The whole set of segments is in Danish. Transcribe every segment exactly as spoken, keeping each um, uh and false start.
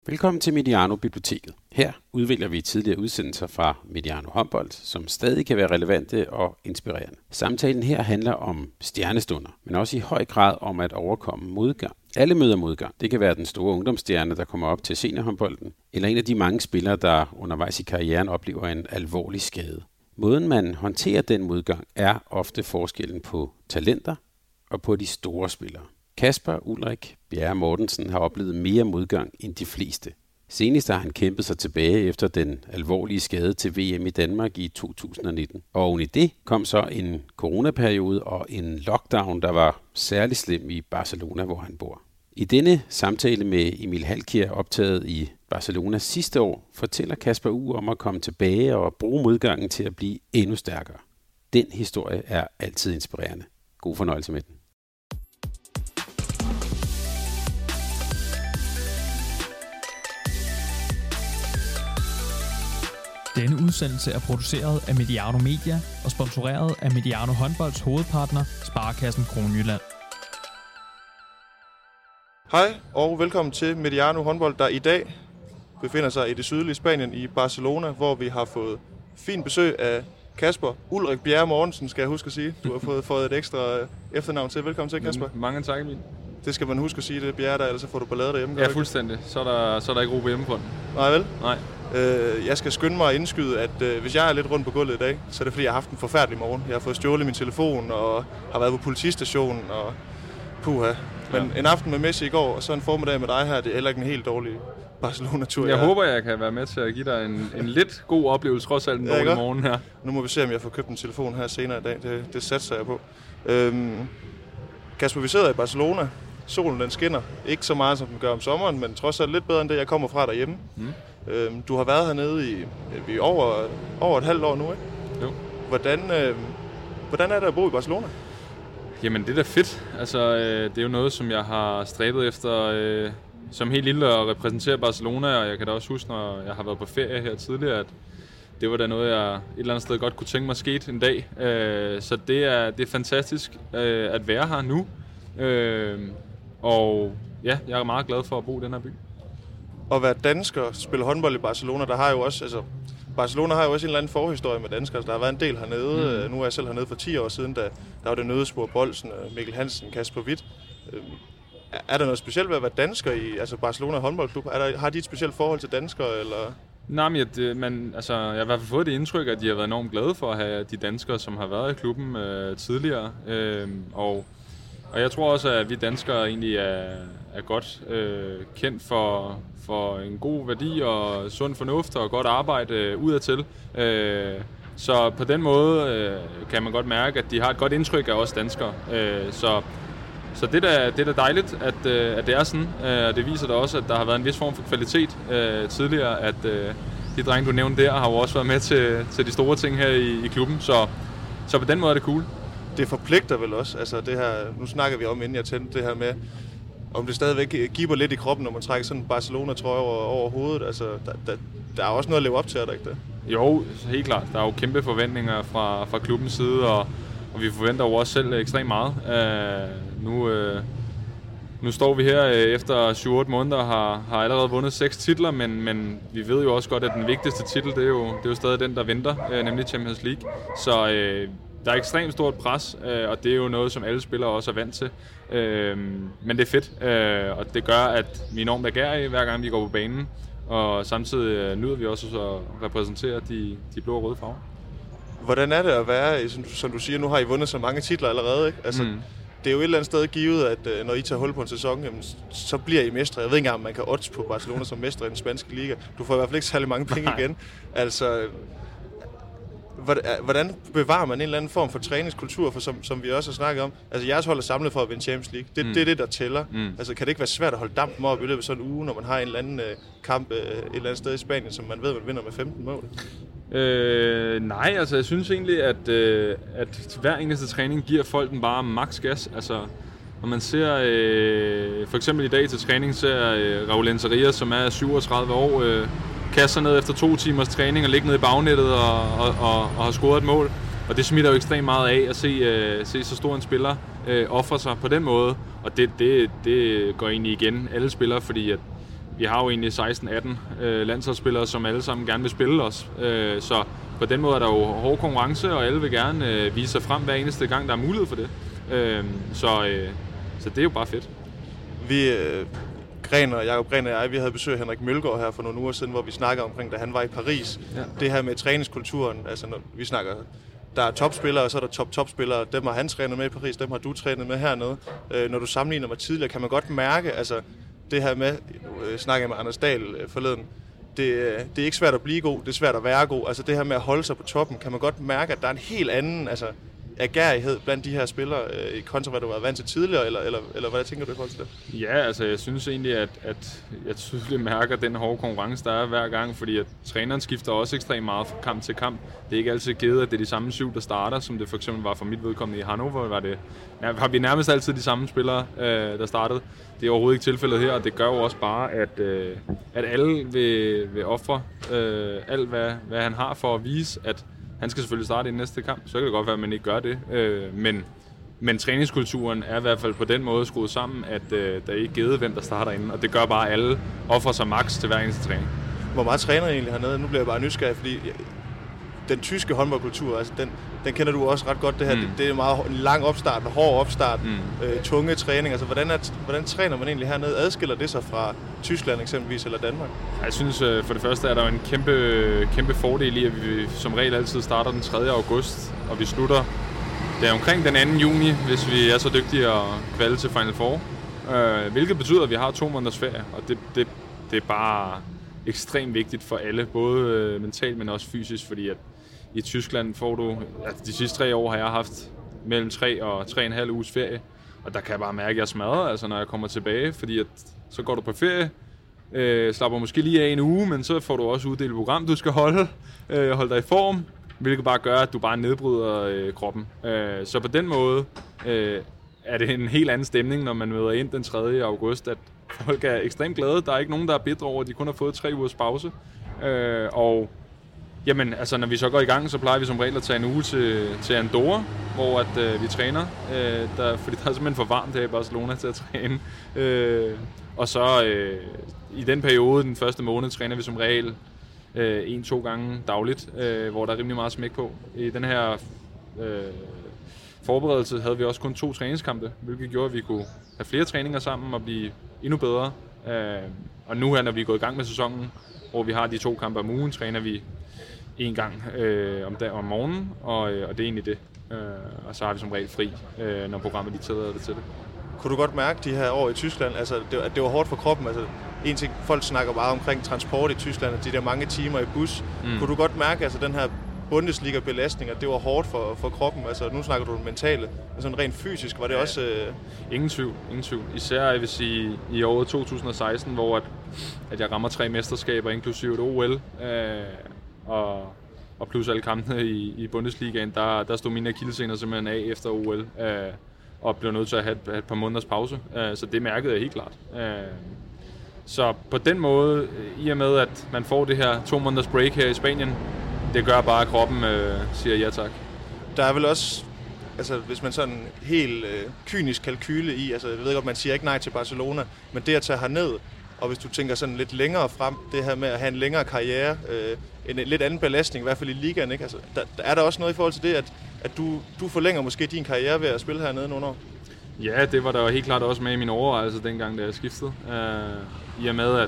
Velkommen til Mediano Biblioteket. Her udvælger vi tidligere udsendelser fra Mediano Håndbold, som stadig kan være relevante og inspirerende. Samtalen her handler om stjernestunder, men også i høj grad om at overkomme modgang. Alle møder modgang. Det kan være den store ungdomsstjerne, der kommer op til seniorhåndbolden, eller en af de mange spillere, der undervejs i karrieren oplever en alvorlig skade. Måden man håndterer den modgang er ofte forskellen på talenter og på de store spillere. Kasper Ulrik Bjerre Mortensen har oplevet mere modgang end de fleste. Senest har han kæmpet sig tilbage efter den alvorlige skade til V M i Danmark i to tusind nitten. Og oven i det kom så en coronaperiode og en lockdown, der var særlig slem i Barcelona, hvor han bor. I denne samtale med Emil Halkier, optaget i Barcelona sidste år, fortæller Kasper U om at komme tilbage og bruge modgangen til at blive endnu stærkere. Den historie er altid inspirerende. God fornøjelse med den. Denne udsendelse er produceret af Mediano Media og sponsoreret af Mediano Håndbolds hovedpartner, Sparekassen Kronjylland. Hej og velkommen til Mediano Håndbold, der i dag befinder sig i det sydlige Spanien i Barcelona, hvor vi har fået fint besøg af Kasper Ulrik Bjerre Mortensen, skal jeg huske at sige. Du har fået, fået et ekstra efternavn til. Velkommen til, Kasper. Mange tak, Emil. Det skal man huske at sige, det er Bjerre der, ellers får du ballade derhjemme. Ja, fuldstændig. Så er der, så er der ikke ro på hjemmefronten. Nej vel? Nej. Øh, jeg skal skynde mig at indskyde, at øh, hvis jeg er lidt rundt på gulvet i dag, så er det fordi, jeg har haft en forfærdelig morgen. Jeg har fået stjålet min telefon og har været på politistationen og puha. Men ja. En aften med Messi i går, og så en formiddag med dig her, det er heller ikke en helt dårlig Barcelona-tur. Jeg, jeg håber, jeg kan være med til at give dig en, en lidt god oplevelse, trods alt en dårlig ja, morgen her. Nu må vi se, om jeg får købt en telefon her senere i dag. Det, det satser jeg på. Øhm, Kasper, vi sidder i Barcelona. Solen den skinner. Ikke så meget, som den gør om sommeren, men trods alt lidt bedre end det, jeg kommer fra derhjemme. Mm. Øhm, du har været hernede i, i over, over et halvt år nu, ikke? Jo. Hvordan, øh, hvordan er det at bo i Barcelona? Jamen, det er da fedt. Altså, øh, det er jo noget, som jeg har stræbet efter øh, som helt lille at repræsentere Barcelona, og jeg kan da også huske, når jeg har været på ferie her tidligere, at det var da noget, jeg et eller andet sted godt kunne tænke mig skete en dag. Øh, så det er, det er fantastisk øh, at være her nu. Øh, og ja, jeg er meget glad for at bo i den her by. At være dansker og spille håndbold i Barcelona, der har jo også, altså, Barcelona har jo også en eller anden forhistorie med danskere. Altså, der har været en del hernede. Mm. Nu er jeg selv hernede for ti år siden, da der var det Nødespor Bolsen, Mikkel Hansen, Kasper Witt. Er der noget specielt ved at være dansker i altså Barcelona håndboldklub? Er der, har de et specielt forhold til danskere, eller? Nej, men det, man, altså, jeg har i hvert fald fået det indtryk, at de har været enormt glade for at have de danskere, som har været i klubben øh, tidligere. Øh, og Og jeg tror også, at vi danskere egentlig er, er godt øh, kendt for, for en god værdi og sund fornuft og godt arbejde øh, udadtil. Øh, så på den måde øh, kan man godt mærke, at de har et godt indtryk af os danskere. Øh, så så det, er, det er da dejligt, at, øh, at det er sådan. Øh, det viser da også, at der har været en vis form for kvalitet øh, tidligere. At øh, de drenge, du nævnte der, har jo også været med til, til de store ting her i, i klubben. Så, så på den måde er det cool. Det forpligter vel også, altså det her, nu snakker vi om, inden jeg tændte det her med, om det stadigvæk giver lidt i kroppen, når man trækker sådan en Barcelona-trøje over, over hovedet, altså der, der, der er også noget at leve op til, er der ikke det? Jo, helt klart. Der er jo kæmpe forventninger fra, fra klubbens side, og, og vi forventer jo også selv ekstremt meget. Uh, nu, uh, nu står vi her uh, efter syv otte måneder og har, har allerede vundet seks titler, men, men vi ved jo også godt, at den vigtigste titel, det er jo, det er jo stadig den, der venter, uh, nemlig Champions League. Så uh, der er ekstremt stort pres, øh, og det er jo noget, som alle spillere også er vant til. Øh, men det er fedt, øh, og det gør, at vi er enormt begærlige, hver gang vi går på banen. Og samtidig øh, nyder vi også at repræsentere de, de blå og røde farver. Hvordan er det at være, som, som du siger, nu har I vundet så mange titler allerede, ikke? Altså, mm. Det er jo et eller andet sted givet, at øh, når I tager hul på en sæson, jamen, så bliver I mestre. Jeg ved ikke engang, om man kan odds på Barcelona som mestre i den spanske liga. Du får i hvert fald ikke særlig mange penge Nej. igen. Altså, hvordan bevarer man en eller anden form for træningskultur, for som, som vi også har snakket om? Altså, jeres hold er samlet for at vinde Champions League. Det, mm. det er det, der tæller. Mm. Altså, kan det ikke være svært at holde dampen op i løbet af sådan en uge, når man har en eller anden øh, kamp øh, et eller andet sted i Spanien, som man ved, man vinder med femten mål? Øh, nej, altså, jeg synes egentlig, at, øh, at hver eneste træning giver folk den bare maks gas. Altså, når man ser, øh, for eksempel i dag til træning, ser øh, Raul Enzeria, som er syvogtredive år, øh, kaste sig ned efter to timers træning og ligge ned i bagnettet og, og, og, og har scoret et mål. Og det smitter jo ekstremt meget af at se, øh, se så stor en spiller øh, ofre sig på den måde. Og det, det, det går egentlig igen alle spillere, fordi at vi har jo egentlig seksten atten øh, landsholdsspillere, som alle sammen gerne vil spille os. Øh, så på den måde er der jo hård konkurrence, og alle vil gerne øh, vise sig frem hver eneste gang, der er mulighed for det. Øh, så, øh, så det er jo bare fedt. Vi, øh, Gren og Jakob Gren og jeg, vi havde besøg af Henrik Mølgaard her for nogle uger siden, hvor vi snakkede omkring, da han var i Paris. Ja. Det her med træningskulturen, altså når vi snakker, der er topspillere, og så er der top-topspillere. Dem har han trænet med i Paris, dem har du trænet med hernede. Øh, når du sammenligner med tidligere, kan man godt mærke, altså det her med, nu øh, snakker jeg med Anders Dahl øh, forleden, det, det er ikke svært at blive god, det er svært at være god. Altså det her med at holde sig på toppen, kan man godt mærke, at der er en helt anden altså, agerighed blandt de her spillere, øh, i kontra hvad du har været vant til tidligere, eller, eller, eller hvad tænker du i forhold til det? Ja, altså jeg synes egentlig, at, at jeg tydeligt mærker den hårde konkurrence, der er hver gang, fordi at træneren skifter også ekstremt meget fra kamp til kamp. Det er ikke altid givet, at det er de samme syv, der starter, som det for eksempel var for mit vedkommende i Hannover. Var det, ja, har vi nærmest altid de samme spillere, øh, der startede. Det er overhovedet ikke tilfældet her, og det gør jo også bare, at, øh, at alle vil, vil ofre øh, alt, hvad, hvad han har for at vise, at han skal selvfølgelig starte i næste kamp. Så kan det godt være, at man ikke gør det. Øh, men, men træningskulturen er i hvert fald på den måde skruet sammen, at øh, der er ikke givet, hvem der starter inden. Og det gør bare, at alle offrer sig max til hver eneste træning. Hvor meget træner I egentlig hernede? Nu bliver jeg bare nysgerrig, fordi den tyske håndboldkultur, altså den, den kender du også ret godt. Det her, mm. det, det er meget en lang opstart, en hård opstart, mm. øh, tunge træning. Altså, hvordan, er, hvordan træner man egentlig hernede? Adskiller det sig fra Tyskland eksempelvis eller Danmark? Jeg synes, for det første er der en kæmpe, kæmpe fordel i, at vi som regel altid starter den tredje august, og vi slutter det er omkring den anden juni, hvis vi er så dygtige at kvalde til Final Four. Øh, hvilket betyder, at vi har to måneders ferie, og det, det, det er bare ekstremt vigtigt for alle, både mentalt, men også fysisk, fordi at i Tyskland får du, altså de sidste tre år har jeg haft mellem tre og tre og en halv uges ferie, og der kan jeg bare mærke, at jeg smadrer, altså når jeg kommer tilbage, fordi at så går du på ferie, øh, slapper måske lige af en uge, men så får du også uddelt program, du skal holde, øh, holde dig i form, hvilket bare gør, at du bare nedbryder øh, kroppen. Øh, så på den måde øh, er det en helt anden stemning, når man møder ind den tredje august, at folk er ekstremt glade. Der er ikke nogen, der er bitre over, at de kun har fået tre ugers pause. Øh, og jamen, altså, når vi så går i gang, så plejer vi som regel at tage en uge til, til Andorra, hvor at, øh, vi træner, øh, der, fordi der er simpelthen for varmt her i Barcelona til at træne. Øh, og så øh, i den periode, den første måned, træner vi som regel øh, en-to gange dagligt, øh, hvor der er rimelig meget smæk på. I den her øh, forberedelse havde vi også kun to træningskampe, hvilket gjorde, at vi kunne have flere træninger sammen og blive endnu bedre. Øh, og nu her, når vi er gået i gang med sæsonen, hvor vi har de to kampe om ugen, træner vi en gang øh, om, dag, om morgenen, og, øh, og det er egentlig det. Øh, og så har vi som regel fri, øh, når programmet de tillader det til det. Kunne du godt mærke de her år i Tyskland, altså det, at det var hårdt for kroppen? Altså, en ting, folk snakker bare omkring transport i Tyskland, de der mange timer i bus. Mm. Kunne du godt mærke, altså den her Bundesliga-belastning, at det var hårdt for, for kroppen? Altså nu snakker du om mentale, men sådan rent fysisk, var det ja, også... Øh... Ingen tvivl, ingen tvivl. Især, jeg vil sige, i året to tusind og seksten, hvor at, at jeg rammer tre mesterskaber, inklusive et O L, øh, og, og plus alle kampene i, i Bundesligaen, der, der stod mine akillessener simpelthen af efter O L, øh, og blev nødt til at have et, have et par måneders pause. Øh, så det mærkede jeg helt klart. Øh, så på den måde, i og med at man får det her to måneders break her i Spanien, det gør bare, at kroppen øh, siger ja tak. Der er vel også, altså hvis man sådan helt øh, kynisk kalkyle i, altså jeg ved godt, man siger ikke nej til Barcelona, men det at tage herned, og hvis du tænker sådan lidt længere frem, det her med at have en længere karriere, øh, en, en lidt anden belastning, i hvert fald i ligaen, ikke? Altså, der, der er der også noget i forhold til det, at, at du, du forlænger måske din karriere ved at spille hernede nogle år? Ja, det var der helt klart også med i mine overvejelser dengang, da jeg skiftede. Øh, I og med, at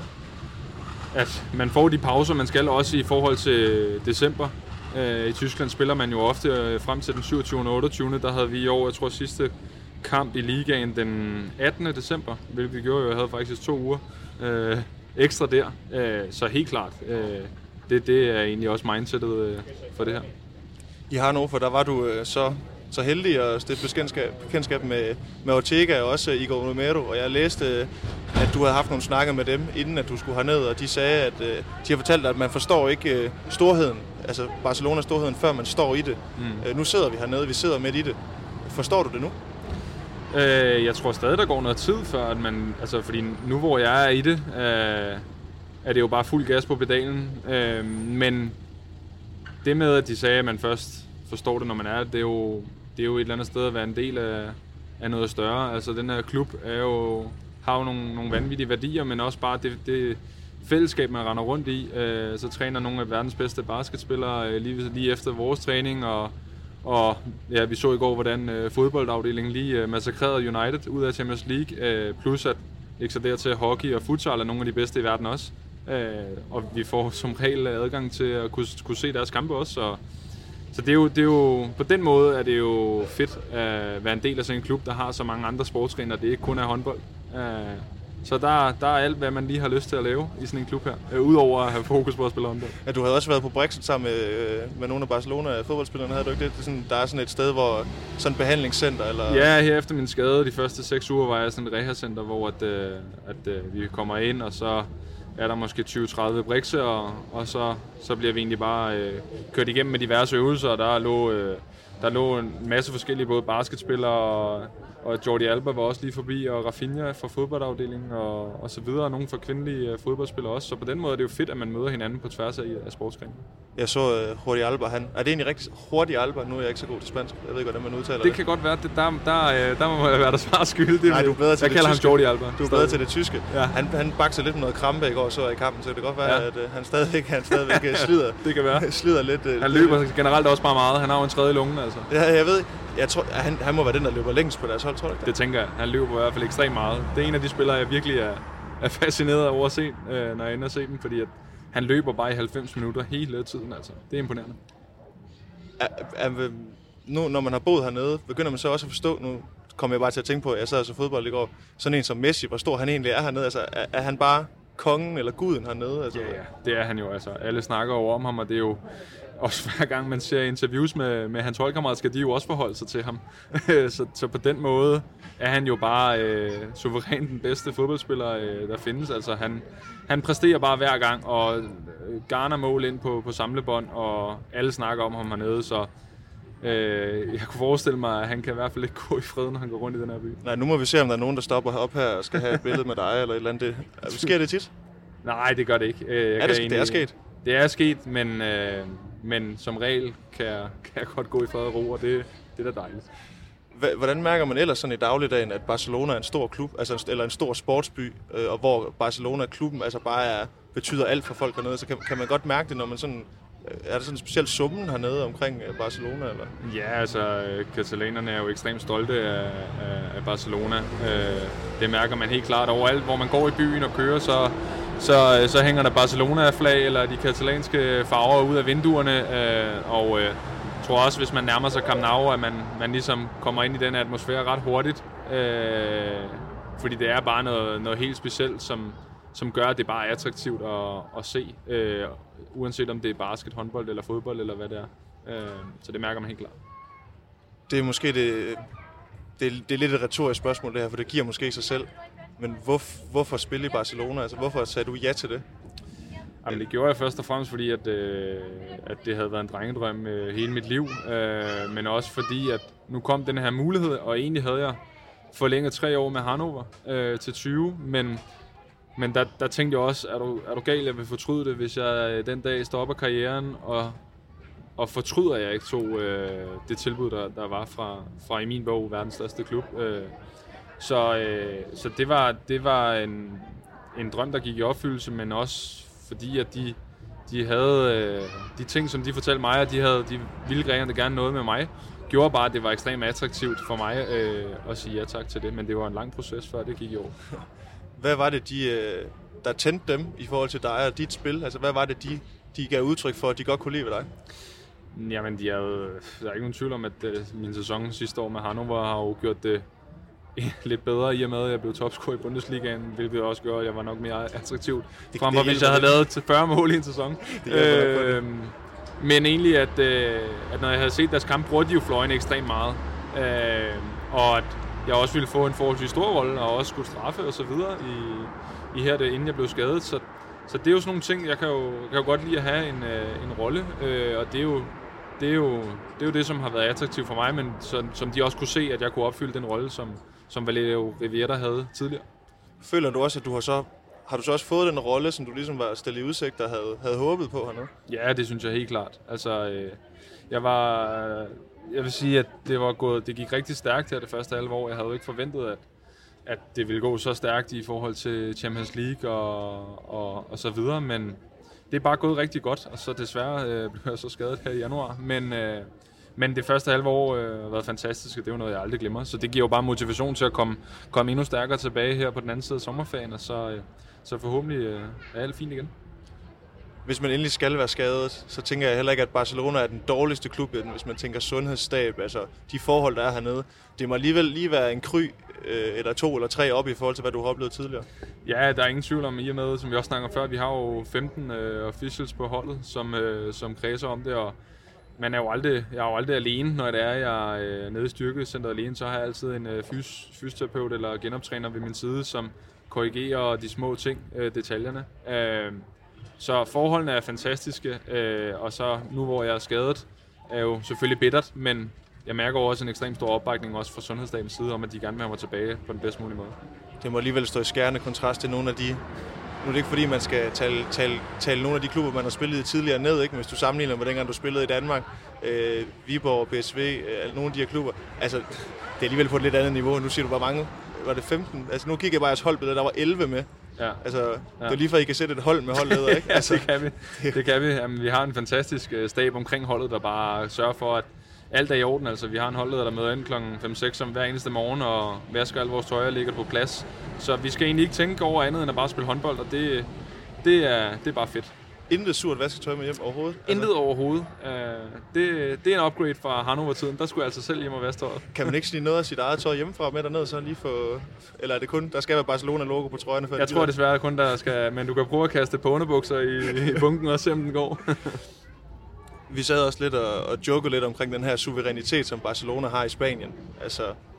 at man får de pauser, man skal også i forhold til december. Øh, I Tyskland spiller man jo ofte øh, frem til den syvogtyvende og otteogtyvende Der havde vi i år, jeg tror sidste kamp i ligaen den attende december, hvilket gjorde jo, jeg havde faktisk to uger øh, ekstra der. Øh, så helt klart, øh, det, det er egentlig også mindsetet øh, for det her. I Hannover, der var du øh, så... så heldig at stifte bekendtskab, bekendtskab med, med Ortega og også Igor Romero, og jeg læste, at du havde haft nogle snakker med dem, inden at du skulle herned, og de sagde, at de har fortalt dig, at man forstår ikke storheden, altså Barcelonas storheden, før man står i det. Mm. Nu sidder vi hernede, vi sidder midt i det. Forstår du det nu? Øh, jeg tror stadig, der går noget tid, før at man, altså fordi nu hvor jeg er i det, øh, er det jo bare fuld gas på pedalen, øh, men det med, at de sagde, at man først forstår det, når man er det, er jo, det er jo et eller andet sted at være en del af, af noget større. Altså den her klub er jo har jo nogle, nogle vanvittige værdier, men også bare det, det fællesskab, man render rundt i. Øh, så træner nogle af verdens bedste basketspillere øh, lige, lige efter vores træning, og, og ja, vi så i går, hvordan øh, fodboldafdelingen lige øh, massakrerede United ud af Champions League, øh, plus at ikke så dertil hockey og futsal er nogle af de bedste i verden også. Øh, og vi får som regel adgang til at kunne, kunne se deres kampe også, så, så det, er jo, det er jo, på den måde er det jo fedt at være en del af sådan en klub, der har så mange andre sportsgrene, og det ikke kun er håndbold. Øh, Så der, der er alt, hvad man lige har lyst til at lave i sådan en klub her, øh, udover at have fokus på at spille håndbold. Ja, du havde også været på Brexit sammen med, øh, med nogle af Barcelona-fodboldspillerne, havde du ikke det? det er sådan, der er sådan et sted, hvor sådan et behandlingscenter, eller? Ja, her efter min skade, de første seks uger, var jeg sådan et rehacenter, hvor at, øh, at, øh, vi kommer ind, og så er der måske tyve til tredive brikse, og, og så, så bliver vi egentlig bare øh, kørt igennem med diverse øvelser, og der lå, øh, der lå en masse forskellige, både basketspillere og Og Jordi Alba var også lige forbi, og Rafinha fra fodboldafdelingen, og, og så videre. Nogle fra kvindelige fodboldspillere også. Så på den måde er det jo fedt, at man møder hinanden på tværs af, af sportsgrenen. Jeg så uh, Jordi Alba, han. Er det egentlig rigtig Jordi Alba? Nu er jeg ikke så god til spansk. Jeg ved ikke, hvordan man udtaler det. Det kan godt være. Det, der, der, der må jeg være der svar skyldig. Nej, du er bedre til jeg det kalder tyske. ham Jordi Alba. Du er bedre til det tyske. Ja. Han, han bakser lidt med noget krampe i går, så i kampen, så det kan godt være, ja. at uh, han stadigvæk, han stadigvæk slider. Det kan være. slider lidt. Uh, han løber lidt. Generelt også bare meget. Han har jo en tredje lunge, altså. Ja, jeg ved. Jeg tror, han, han må være den, der løber længst på deres hold, tror jeg ikke? Det tænker jeg. Han løber i hvert fald ekstremt meget. Det er en af de spillere, jeg virkelig er, er fascineret over at se, øh, når jeg ender at se dem, fordi at han løber bare i halvfems minutter hele tiden, altså. Det er imponerende. Er, er, nu, når man har boet hernede, begynder man så også at forstå, nu kommer jeg bare til at tænke på, at jeg sad og så fodbold i går, sådan en som Messi, hvor stor han egentlig er hernede, altså er, er han bare kongen eller guden hernede? Altså? Ja, ja, det er han jo, altså. Alle snakker over om ham, og det er jo også hver gang man ser interviews med, med hans holdkammerater, skal de jo også forholde sig til ham. så, så på den måde er han jo bare øh, suverænt den bedste fodboldspiller, øh, der findes. Altså han, han præsterer bare hver gang, og øh, garner mål ind på, på samlebånd, og alle snakker om ham hernede, så øh, jeg kunne forestille mig, at han kan i hvert fald ikke gå i fred, når han går rundt i den her by. Nej, nu må vi se, om der er nogen, der stopper op her og skal have et billede med dig, eller et eller andet. Det, sker det tit? Nej, det gør det ikke. Jeg er det, egentlig, det er sket? Det er sket, men, øh, men som regel kan jeg, kan jeg godt gå i fred og ro, og det, det er da dejligt. Hvordan mærker man ellers sådan i dagligdagen, at Barcelona er en stor klub, altså, eller en stor sportsby, øh, og hvor Barcelona-klubben altså bare er, betyder alt for folk hernede, så kan, kan man godt mærke det, når man sådan... Er der sådan en speciel summen hernede omkring Barcelona, eller? Ja, altså, katalanerne er jo ekstremt stolte af, af, af Barcelona. Det mærker man helt klart overalt, hvor man går i byen og kører, så, så, så hænger der Barcelona-flag eller de katalanske farver ud af vinduerne. Og jeg tror også, hvis man nærmer sig Camp Nou, at man, man ligesom kommer ind i den atmosfære ret hurtigt. Fordi det er bare noget, noget helt specielt, som... som gør, at det bare er attraktivt at, at se, øh, uanset om det er basket, håndbold eller fodbold, eller hvad det er. Øh, så det mærker man helt klart. Det er måske det, det, det er lidt et retorisk spørgsmål, det her, for det giver måske sig selv. Men hvor, hvorfor spille i Barcelona? Altså, hvorfor sagde du ja til det? Jamen, det gjorde jeg først og fremmest, fordi at, øh, at det havde været en drengedrøm øh, hele mit liv. Øh, men også fordi, at nu kom den her mulighed, og egentlig havde jeg forlænget tre år med Hannover øh, til tyve, men Men der, der tænkte jeg også, er du, er du gal, jeg vil fortryde det, hvis jeg den dag stopper karrieren, og, og fortryder jeg ikke tog øh, det tilbud, der, der var fra, fra i min bog verdens største klub. Øh, så øh, så det var, det var en, en drøm, der gik i opfyldelse, men også fordi, at de, de havde øh, de ting, som de fortalte mig, at de havde de ville gerne, gerne noget med mig, gjorde bare, at det var ekstremt attraktivt for mig øh, at sige ja tak til det, men det var en lang proces, før det gik i år. Hvad var det, de, der tændte dem i forhold til dig og dit spil? Altså, hvad var det, de, de gav udtryk for, at de godt kunne lide ved dig? Jamen, de er jo, der er ikke nogen tvivl om, at uh, min sæson sidste år med Hannover har jo gjort det lidt bedre, i og med, at jeg blev topscorer i Bundesligaen, hvilket også gør, at jeg var nok mere attraktivt, frem for hvis jeg havde lavet til fyrre mål i en sæson. Øh, men egentlig, at, øh, at når jeg havde set deres kamp, brugte de jo fløjene ekstremt meget. Øh, og at jeg også ville få en forholdsvis stor rolle, og også skulle straffe og så videre i, i her, det, inden jeg blev skadet. Så, så det er jo sådan nogle ting, jeg kan jo, kan jo godt lide at have en, en rolle, øh, og det er, jo, det, er jo, det er jo det, som har været attraktivt for mig, men så, som de også kunne se, at jeg kunne opfylde den rolle, som, som Valerio Riviera havde tidligere. Føler du også, at du har så, har du så også fået den rolle, som du ligesom var stillet i udsigt og havde, havde håbet på hernede? Ja, det synes jeg helt klart. Altså, øh, jeg var... Jeg vil sige, at det var gået, det gik rigtig stærkt her det første halve år. Jeg havde jo ikke forventet, at, at det ville gå så stærkt i forhold til Champions League og, og, og så videre, men det er bare gået rigtig godt, og så desværre øh, blev jeg så skadet her i januar, men, øh, men det første halve år øh, har været fantastisk, og det er jo noget, jeg aldrig glemmer, så det giver jo bare motivation til at komme, komme endnu stærkere tilbage her på den anden side af sommerferien, og så, øh, så forhåbentlig øh, er alt fint igen. Hvis man endelig skal være skadet, så tænker jeg heller ikke, at Barcelona er den dårligste klub, hvis man tænker sundhedsstab, altså de forhold, der er hernede. Det må alligevel lige være en kry, øh, eller to eller tre op i forhold til, hvad du har oplevet tidligere. Ja, der er ingen tvivl om, i og med, som vi også snakker før, vi har jo femten øh, officials på holdet, som, øh, som kredser om det, og man er jo aldrig, jeg er jo aldrig alene, når det er, jeg er nede i styrkecenteret alene, så har jeg altid en øh, fys, fysioterapeut eller genoptræner ved min side, som korrigerer de små ting, øh, detaljerne. Øh, Så forholdene er fantastiske, øh, og så nu hvor jeg er skadet, er jo selvfølgelig bittert, men jeg mærker også en ekstremt stor opbakning også fra sundhedsstatens side om, at de gerne vil have mig tilbage på den bedst mulige måde. Det må alligevel stå i skærende kontrast til nogle af de... Nu er det ikke fordi, man skal tale, tale, tale nogle af de klubber, man har spillet i tidligere ned, ikke? Hvis du sammenligner med dengang, du spillede i Danmark, øh, Viborg, B S V, øh, nogle af de her klubber. Altså, det er alligevel på et lidt andet niveau. Nu siger du, hvor mange... Var det femten? Altså, nu kigger jeg bare jeres holdbillede, der var elleve med. Ja. Altså, ja. Det er lige før, I kan sætte et hold med holdleder, ikke? Ja, altså, det kan vi. Det kan vi. Jamen, vi har en fantastisk stab omkring holdet, der bare sørger for, at alt er i orden. Altså, vi har en holdleder, der møder ind klokken fem seks om hver eneste morgen, og vasker alle vores tøj og ligger på plads. Så vi skal egentlig ikke tænke over andet, end at bare spille håndbold, og det, det, er, det er bare fedt. Intet surt vasketøj med hjem overhovedet? Intet altså. overhovedet. Uh, det, det er en upgrade fra Hannover-tiden. Der skulle jeg altså selv hjem og vaske tøjet. Kan man ikke snige noget af sit eget tøj hjemmefra med derned, så lige få... Eller er det kun, der skal være Barcelona-logo på trøjerne? Før jeg tror desværre kun, der skal... Men du kan prøve at kaste på underbukser i, i bunken og se, om den går. Vi sad også lidt og, og jokede lidt omkring den her suverænitet, som Barcelona har i Spanien. Altså...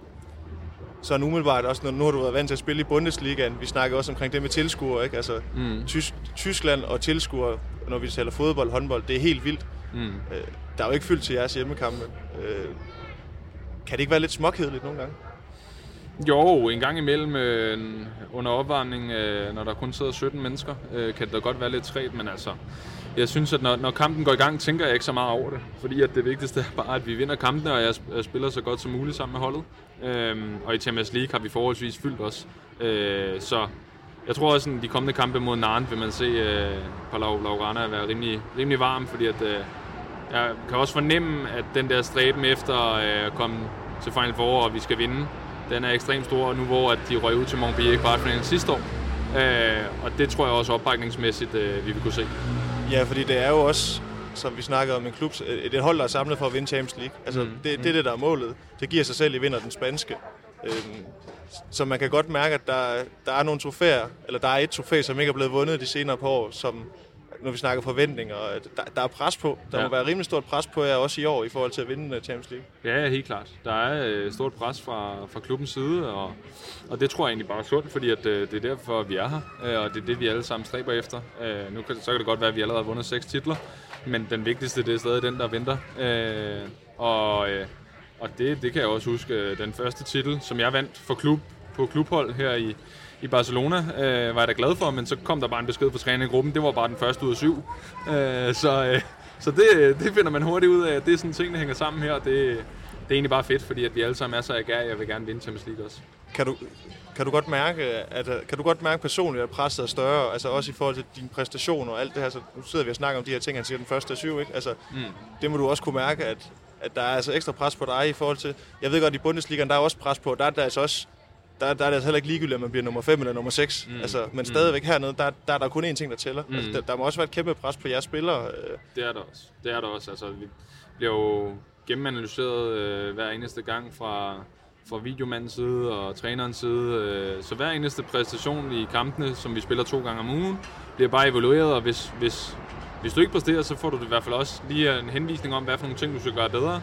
Så umiddelbart også, når nu har du været vant til at spille i Bundesligaen, vi snakker også omkring det med tilskuere, ikke? Altså, mm. Tys- Tyskland og tilskuere, når vi taler fodbold, håndbold, det er helt vildt. Mm. Øh, der er jo ikke fyldt til jeres hjemmekampe. Øh, kan det ikke være lidt småkedeligt nogle gange? Jo, en gang imellem øh, under opvarmning, øh, når der kun sidder sytten mennesker, øh, kan det da godt være lidt træt, men altså, jeg synes, at når, når kampen går i gang, tænker jeg ikke så meget over det, fordi at det vigtigste er bare, at vi vinder kampene, og jeg, jeg spiller så godt som muligt sammen med holdet. Øhm, og i Champions League har vi forholdsvis fyldt os. Øh, så jeg tror også, at de kommende kampe mod Nantes vil man se øh, Palau Blaugrana være rimelig, rimelig varm, fordi at, øh, jeg kan også fornemme, at den der stræben efter øh, at komme til Final Four, og vi skal vinde, den er ekstremt stor nu, hvor at de røg ud til Montpellier i kvartfinalen sidste år. Øh, og det tror jeg også opbakningsmæssigt, øh, vi vil kunne se. Ja, fordi det er jo også, som vi snakkede om, en klub, et, et hold, der er samlet for at vinde Champions League. Altså, mm. det, det er det, der er målet. Det giver sig selv, I vinder den spanske. Øhm, så man kan godt mærke, at der, der er nogle trofæer, eller der er et trofæ, som ikke er blevet vundet de senere par år, som, når vi snakker forventninger, der, der er pres på. Der ja. må være rimelig stort pres på jer også i år, i forhold til at vinde Champions League. Ja, helt klart. Der er et stort pres fra, fra klubbens side, og, og det tror jeg egentlig bare er sundt, fordi at, det er derfor, vi er her, og det er det, vi alle sammen stræber efter. Nu kan, så kan det godt være, at vi allerede har vundet seks titler, men den vigtigste, det er stadig den, der venter. Og, og det, det kan jeg også huske. Den første titel, som jeg vandt for klub, på klubhold her i, i Barcelona, øh, var jeg da glad for, men så kom der bare en besked på trænergruppen. Det var bare den første ud af syv. Øh, så øh, så det, det finder man hurtigt ud af, at det er sådan ting, der hænger sammen her. Det, det er egentlig bare fedt, fordi at vi alle sammen er så agerige, jeg vil gerne vinde Champions League også. Kan du, kan du godt mærke, at kan du godt mærke personligt, at presset er større, altså også i forhold til dine præstationer og alt det her, så nu sidder vi og snakker om de her ting, han siger den første af syv, ikke? Altså, mm. det må du også kunne mærke, at, at der er altså ekstra pres på dig i forhold til, jeg ved godt, i Bundesligaen, der er også pres på, der er der altså også, der, der er det altså heller ikke ligegyldigt, at man bliver nummer fem eller nummer seks, mm. altså, men stadigvæk hernede, der, der er der kun én ting, der tæller. Mm. Altså, der, der må også være et kæmpe pres på jeres spillere. Det er der også, det er der også, altså vi bliver jo gennemanalyseret øh, hver eneste gang fra fra videomandens side og trænerens side. Så hver eneste præstation i kampene, som vi spiller to gange om ugen, bliver bare evalueret, og hvis, hvis, hvis du ikke præsterer, så får du det i hvert fald også lige en henvisning om, hvad for nogle ting, du skal gøre bedre.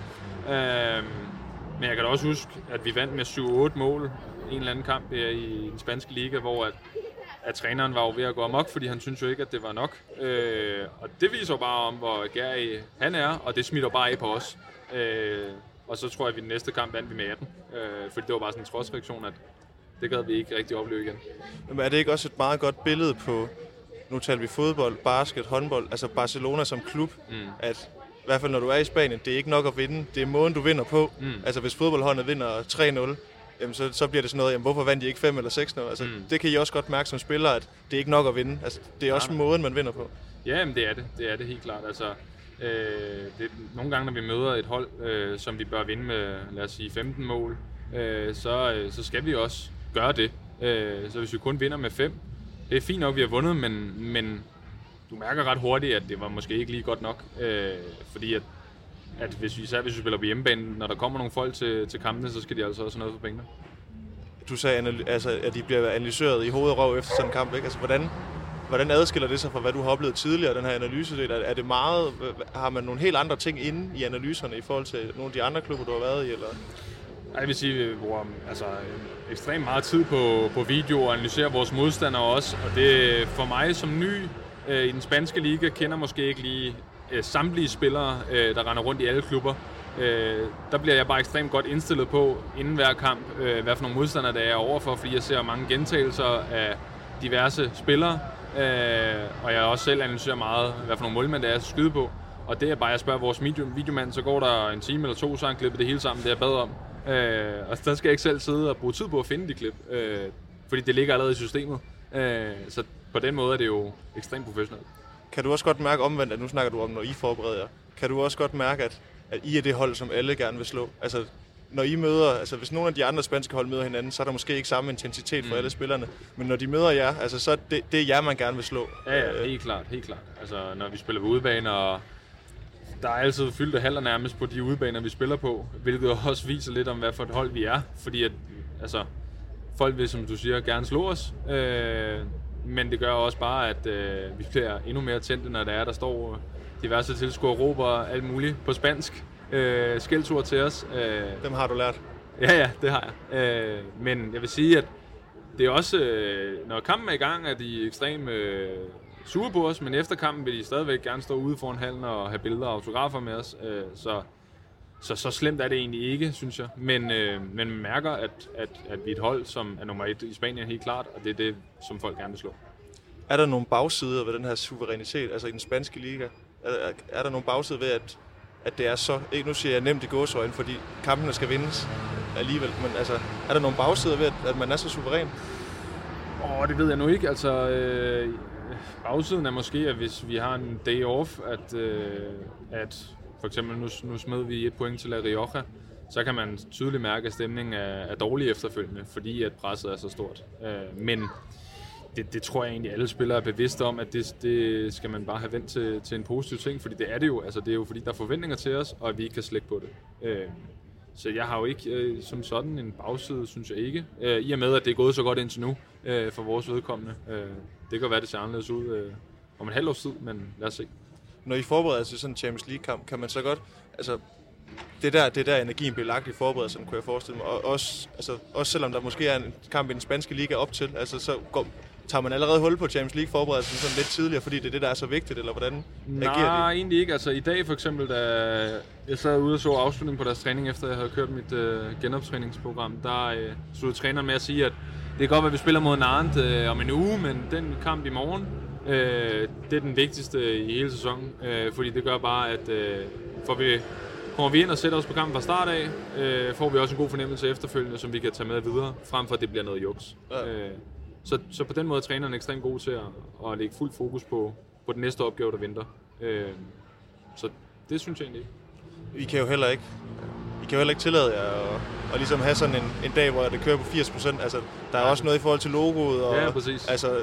Men jeg kan da også huske, at vi vandt med syv otte mål i en eller anden kamp her i den spanske liga, hvor at, at træneren var jo ved at gå amok, fordi han synes jo ikke, at det var nok. Og det viser jo bare om, hvor gærig han er, og det smitter bare af på os. Og så tror jeg, at vi den næste kamp vandt vi med atten. Øh, fordi det var bare sådan en trodsreaktion, at det gad vi ikke rigtig opleve igen. Men er det ikke også et meget godt billede på, nu taler vi fodbold, basket, håndbold, altså Barcelona som klub, mm. at i hvert fald når du er i Spanien, det er ikke nok at vinde, det er måden du vinder på. Mm. Altså hvis fodboldholdet vinder tre nul, jamen så, så bliver det sådan noget, jamen hvorfor vandt de ikke fem eller seks nu? Altså, mm. det kan I også godt mærke som spiller, at det er ikke nok at vinde. Altså, det er også ja. måden, man vinder på. Ja, men det er det. Det er det helt klart. Altså, øh, det, nogle gange, når vi møder et hold, øh, som vi bør vinde med, lad os sige, femten mål, øh, så, øh, så skal vi også gøre det. Øh, så hvis vi kun vinder med fem, det er fint nok, vi har vundet, men, men du mærker ret hurtigt, at det var måske ikke lige godt nok. Øh, fordi at, at hvis vi, især hvis vi spiller på hjemmebane, når der kommer nogle folk til, til kampene, så skal de altså også have noget for pengene. Du sagde, altså, at de bliver analyseret i hoved og røv efter sådan en kamp, ikke? Altså, hvordan, hvordan adskiller det sig fra, hvad du har oplevet tidligere, den her analyse? Er det meget, har man nogle helt andre ting inde i analyserne i forhold til nogle af de andre klubber, du har været i? Eller? Jeg vil sige, at vi bruger altså, ekstremt meget tid på, på video og analyserer vores modstandere også. Og det for mig som ny øh, i den spanske liga, kender måske ikke lige øh, samtlige spillere, øh, der render rundt i alle klubber. Øh, der bliver jeg bare ekstremt godt indstillet på inden hver kamp, øh, hvad for nogle modstandere der er overfor, fordi jeg ser mange gentagelser af diverse spillere. Øh, og jeg også selv analyserer meget, hvad for nogle målmænd der er at skyde på. Og det er bare, jeg spørger vores video, videomand, så går der en time eller to, så har han klippet det hele sammen, det jeg bad om. Øh, og der skal jeg ikke selv sidde og bruge tid på at finde de klip, øh, fordi det ligger allerede i systemet. Øh, så på den måde er det jo ekstremt professionelt. Kan du også godt mærke omvendt, at nu snakker du om, når I forbereder jer, kan du også godt mærke, at, at I er det hold, som alle gerne vil slå? Altså, når I møder, altså hvis nogle af de andre spanske hold møder hinanden, så er der måske ikke samme intensitet for mm. alle spillerne. Men når de møder jer, altså, så er det, det er jer, man gerne vil slå. Ja, ja, helt klart, helt klart. Altså, når vi spiller på udebane, og der er altid fyldte haller nærmest på de udebaner, vi spiller på, hvilket også viser lidt om, hvad for et hold vi er. Fordi at, altså, folk vil, som du siger, gerne slå os. Øh, men det gør også bare, at øh, vi bliver endnu mere tændte, når der er, der står diverse tilskuere og råber alt muligt på spansk. Øh, skældsord til os. Øh, Dem har du lært? Ja, ja, det har jeg. Øh, men jeg vil sige, at det er også, øh, når kampen er i gang, er de ekstremt øh, sure på os, men efter kampen vil de stadigvæk gerne stå ude foran hallen og have billeder og autografer med os. Øh, så, så så slemt er det egentlig ikke, synes jeg. Men, øh, men man mærker, at, at, at vi er et hold, som er nummer et i Spanien helt klart, og det er det, som folk gerne vil slå. Er der nogle bagsider ved den her suverænitet, altså i den spanske liga? Er, er, er der nogle bagsider ved, at at det er så, ikke nu siger jeg nemt i gåseøjne, fordi kampene skal vindes alligevel, men altså, er der nogle bagsider ved, at man er så suveræn? Åh, oh, det ved jeg nu ikke. Altså, øh, bagsiden er måske, at hvis vi har en day off, at, øh, at for eksempel nu, nu smed vi et point til La Rioja, så kan man tydeligt mærke, at stemningen er, er dårlig efterfølgende, fordi at presset er så stort. Øh, men Det, det tror jeg egentlig, alle spillere er bevidste om, at det, det skal man bare have vendt til, til en positiv ting, fordi det er det jo. Altså, det er jo fordi, der er forventninger til os, og at vi ikke kan slække på det. Øh, så jeg har jo ikke øh, som sådan en bagside, synes jeg ikke. Øh, I og med, at det er gået så godt indtil nu øh, for vores vedkommende. Øh, det kan være, det ser anderledes ud øh, om en halv års tid, men lad os se. Når I forbereder til sådan en Champions League-kamp, kan man så godt... Altså, det der, det der energien bliver lagt i forberedelsen, kunne jeg forestille mig. Og også, altså, også selvom der måske er en kamp i den spanske liga op til, altså, så går... Tager man allerede hul på Champions League-forberedelsen sådan lidt tidligere, fordi det er det, der er så vigtigt, eller hvordan reagerer de? Nej, egentlig ikke. Altså i dag for eksempel, da jeg sad ude og så afslutningen på deres træning, efter jeg havde kørt mit øh, genoptræningsprogram, der øh, sluttede træneren med at sige, at det kan godt være, at vi spiller mod Nantes øh, om en uge, men den kamp i morgen, øh, det er den vigtigste i hele sæsonen, øh, fordi det gør bare, at øh, får vi, kommer vi ind og sætter os på kampen fra start af, øh, får vi også en god fornemmelse efterfølgende, som vi kan tage med videre, frem for at det bliver noget juks. Ja. Øh, Så, så på den måde er træneren ekstremt god til at, at lægge fuld fokus på, på den næste opgave, der venter. Øh, så det synes jeg egentlig ikke. I kan jo heller ikke, I kan jo heller ikke tillade jer at, at ligesom have sådan en, en dag, hvor det kører på firs procent. Altså, der er ja. også noget i forhold til logoet. Og, ja, præcis. Altså,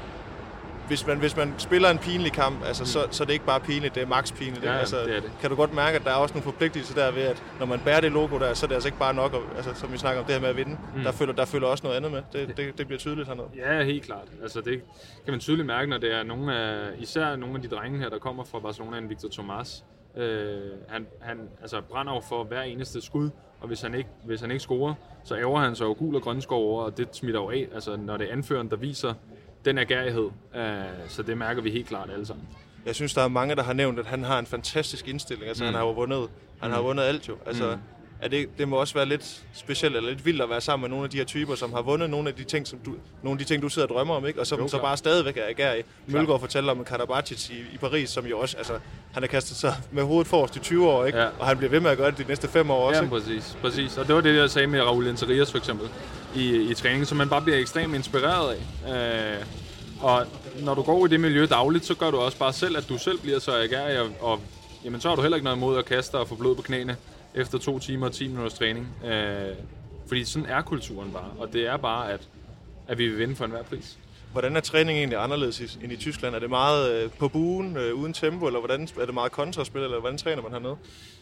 hvis man, hvis man spiller en pinlig kamp, altså, mm. så, så er det ikke bare pinligt, det er max pinligt. Ja, altså, det er det. Kan du godt mærke, at der er også nogle forpligtelser der ved, at når man bærer det logo der, så er det altså ikke bare nok, at, altså, som vi snakker om det her med at vinde. Mm. Der, følger, der følger også noget andet med. Det, det, det bliver tydeligt hernede. Ja, helt klart. Altså, det kan man tydeligt mærke, når det er nogle af, især nogle af de drenge her, der kommer fra Barcelona, en Victor Tomàs. Øh, han han altså, brænder over for hver eneste skud, og hvis han ikke, hvis han ikke scorer, så ærger han sig jo gul og grøn skov over, og det smitter jo af, altså, når det er anføreren, der viser den agerighed, øh, så det mærker vi helt klart alle sammen. Jeg synes, der er mange, der har nævnt, at han har en fantastisk indstilling. Altså, mm. han har jo vundet, han mm. har vundet alt jo. Altså, at det, det må også være lidt specielt eller lidt vildt at være sammen med nogle af de her typer, som har vundet nogle af de ting, som du, nogle af de ting, du sidder og drømmer om, ikke? Og som jo, så bare stadigvæk er ager i. Mølgaard fortæller om Karabatic i, i Paris, som jo også, altså, han har kastet sig med hovedet forrest i tyve år, ikke? Ja. Og han bliver ved med at gøre det de næste fem år også, ja, præcis, præcis. Og det var det, jeg sagde med Raul Interias for eksempel i, i træning, som man bare bliver ekstremt inspireret af. Øh, og når du går i det miljø dagligt, så gør du også bare selv, at du selv bliver så agerig, og, og jamen, så har du heller ikke noget imod at kaste og få blod på knæene efter to timer og ti minutters træning. Øh, fordi sådan er kulturen bare, og det er bare, at, at vi vil vinde for enhver pris. Hvordan er træningen egentlig anderledes end i Tyskland? Er det meget øh, på buen, øh, uden tempo, eller hvordan, er det meget kontraspil, eller hvordan træner man hernede?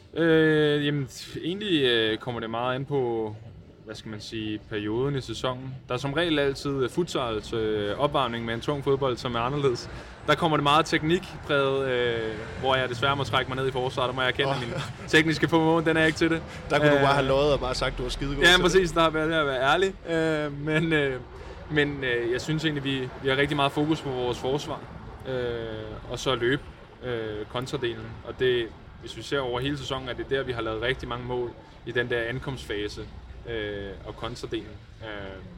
Øh, jamen, egentlig øh, kommer det meget an på, hvad skal man sige, perioden i sæsonen. Der er som regel altid futsals øh, opvarmning med en tung fodbold, som er anderledes. Der kommer det meget teknikpræget, øh, hvor jeg desværre må trække mig ned i forsvaret. Der må jeg erkende, at oh. min tekniske formål, den er ikke til det. Der kunne øh, du bare have løjet og bare sagt, at du var skidegod. Ja, præcis. Der har været det at være ærlig. Øh, men øh, men øh, jeg synes egentlig, vi, vi har rigtig meget fokus på vores forsvar. Øh, og så løb øh, kontradelen. Og det, hvis vi ser over hele sæsonen, er det der, vi har lavet rigtig mange mål i den der ankomstfase. Øh, og kontradelen. Øh,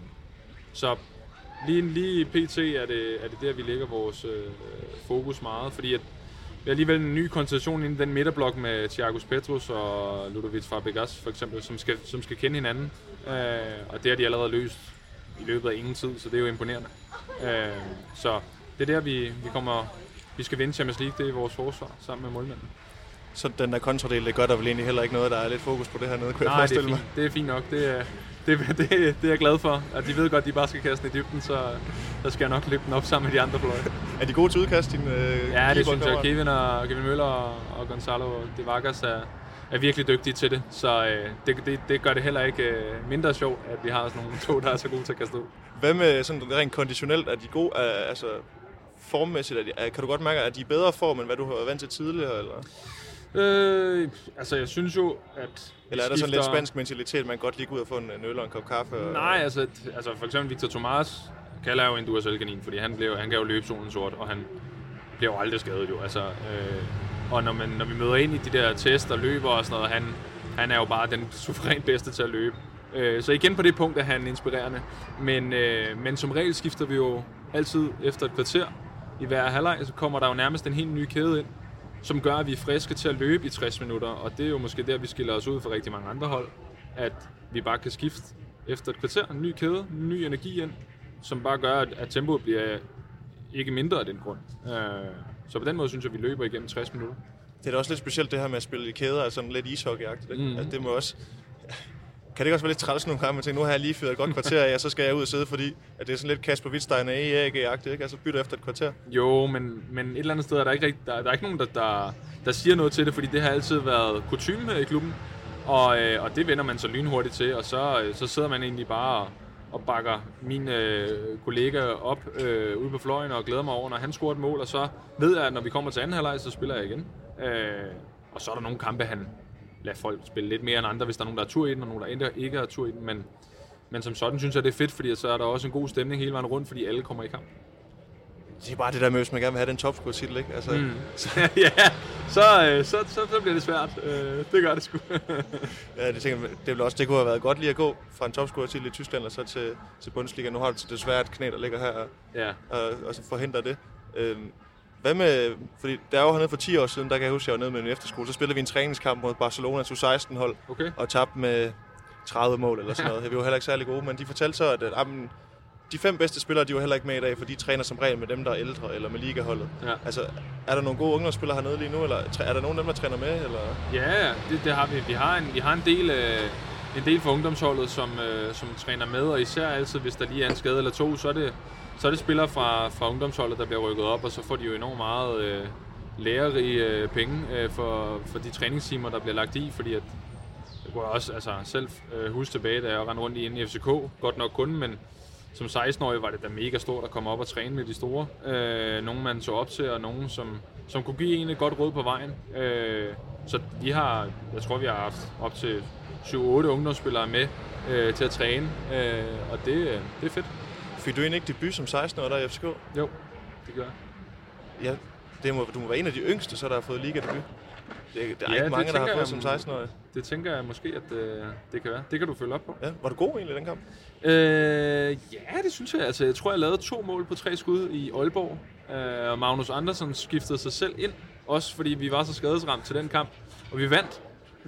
så lige, lige pt. er det, er det der, vi lægger vores øh, fokus meget, fordi at vi har alligevel en ny konstellation inden den midterblok med Thiago Petrus og Ludovic Fabregas for eksempel, som skal, som skal kende hinanden. Øh, og det har de allerede løst i løbet af ingen tid, så det er jo imponerende. Øh, så det er der, vi, vi kommer, vi skal vinde Champions League, det er vores forsvar sammen med målmanden. Så den der kontradel, det gør der vel egentlig heller ikke noget, der er lidt fokus på det hernede, kunne Nej, jeg forestille mig? Nej, det er fint nok. Det er, det, det, det er jeg glad for. At de ved godt, at de bare skal kaste den i dybden, så der skal jeg nok løbe den op sammen med de andre fløje. Er de gode til udkast, dine øh, Ja, det synes jeg. Kevin, og, Kevin Møller og, og Gonzalo de Vargas er, er virkelig dygtige til det. Så øh, det, det, det gør det heller ikke øh, mindre sjovt, at vi har sådan nogle to, der er så gode til at kaste ud. Hvad med sådan rent konditionelt? Er de gode? Er, altså formmæssigt, er de, er, kan du godt mærke, at de er i bedre form, end hvad du har været vant til tidligere? Eller? Øh, altså jeg synes jo, at eller er der sådan lidt spansk mentalitet, man godt lige gå ud og få en øl og en kop kaffe? Og... Nej, altså, altså for eksempel Victor Tomás kalder jeg jo en Duracell-kanin, fordi han, blev, han kan jo løbe solen sort, og han bliver jo aldrig skadet jo. Altså, øh, og når, man, når vi møder ind i de der test og løber og sådan noget, han, han er jo bare den suverænt bedste til at løbe. Øh, så igen på det punkt er han inspirerende, men, øh, men som regel skifter vi jo altid efter et kvarter i hver halvleg, så kommer der jo nærmest en helt ny kæde ind, som gør, at vi er friske til at løbe i tres minutter, og det er jo måske der, vi skiller os ud fra rigtig mange andre hold, at vi bare kan skifte efter et kvarter, en ny kæde, en ny energi ind, som bare gør, at tempoet bliver ikke mindre af den grund. Så på den måde synes jeg, at vi løber igennem tres minutter. Det er da også lidt specielt det her med at spille i kæder, altså lidt ishockey-agtigt. Mm. Altså, det må også... Kan det også være lidt træls nogle gange, man tænker, nu har jeg lige fyret et godt kvarter af, og så skal jeg ud og sidde, fordi at det er sådan lidt Kasper Wittstein og E A G-agtigt, ikke? Altså bytter efter et kvarter. Jo, men, men et eller andet sted er der ikke, rigtig, der, der er ikke nogen, der, der, der siger noget til det, fordi det har altid været kutyme her i klubben, og, øh, og det vender man så lynhurtigt til, og så, øh, så sidder man egentlig bare og, og bakker min øh, kollega op øh, ude på fløjen og glæder mig over, når han scorer et mål, og så ved jeg, at når vi kommer til anden halvleg, så spiller jeg igen. Øh, og så er der nogle kampe, han lad folk spille lidt mere end andre, hvis der er nogen, der har tur i den, og nogen, der ikke har tur i den. Men, men som sådan synes jeg, det er fedt, fordi så er der også en god stemning hele vejen rundt, fordi alle kommer i kamp. Det er bare det der med, hvis man gerne vil have den topscore-titel, ikke? Altså... Mm. ja, så, så, så, så bliver det svært. Det gør det sgu. ja, det, tænker, det, vil også, det kunne have været godt lige at gå fra en topscore-titel i Tyskland og så til, til Bundesliga. Nu har du desværre et knæ, der ligger her, og, ja. og, og så forhindrer det. Øhm, Hvad med, fordi der er jo hernede for ti år siden, der kan jeg huske, at jeg var nede med en efterskole, så spillede vi en træningskamp mod Barcelonas U seksten hold, okay. og tabte med tredive mål eller sådan noget. Vi var heller ikke særlig gode, men de fortalte så, at, at jamen, de fem bedste spillere, de var heller ikke med i dag, for de træner som regel med dem, der er ældre, eller med ligaholdet. Ja. Altså, er der nogle gode ungdomsspillere hernede lige nu, eller er der nogen af dem, der træner med? Eller? Ja, det, det har vi. Vi har en, vi har en del... Øh En del for ungdomsholdet, som, øh, som træner med, og især altid, hvis der lige er en skade eller to, så er det, så er det spillere fra, fra ungdomsholdet, der bliver rykket op, og så får de jo enormt meget øh, lærerige øh, penge øh, for, for de træningstimer, der bliver lagt i, fordi at, jeg kunne også altså, selv øh, huske tilbage, da jeg rendte rundt i inde i F C K, godt nok kun, men som seksten-årig var det da mega stort at komme op og træne med de store. Øh, nogle man så op til, og nogen som, som kunne give en et godt råd på vejen. Øh, så vi har, jeg tror vi har haft op til syv otte ungdomsspillere med øh, til at træne, øh, og det, øh, det er fedt. Fik du egentlig ikke debut som seksten-årig der i F C K? Jo, det gør jeg. Ja, det må, du må være en af de yngste, så der har fået ligadebut. Det, der er ja, ikke mange, der har fået jeg, som seksten-årige. Det tænker jeg måske, at øh, det kan være. Det kan du følge op på. Ja, var du god egentlig i den kamp? Øh, ja, det synes jeg. Altså, jeg tror, jeg lavede to mål på tre skud i Aalborg. Øh, og Magnus Andersson skiftede sig selv ind. Også fordi vi var så skadesramt til den kamp. Og vi vandt.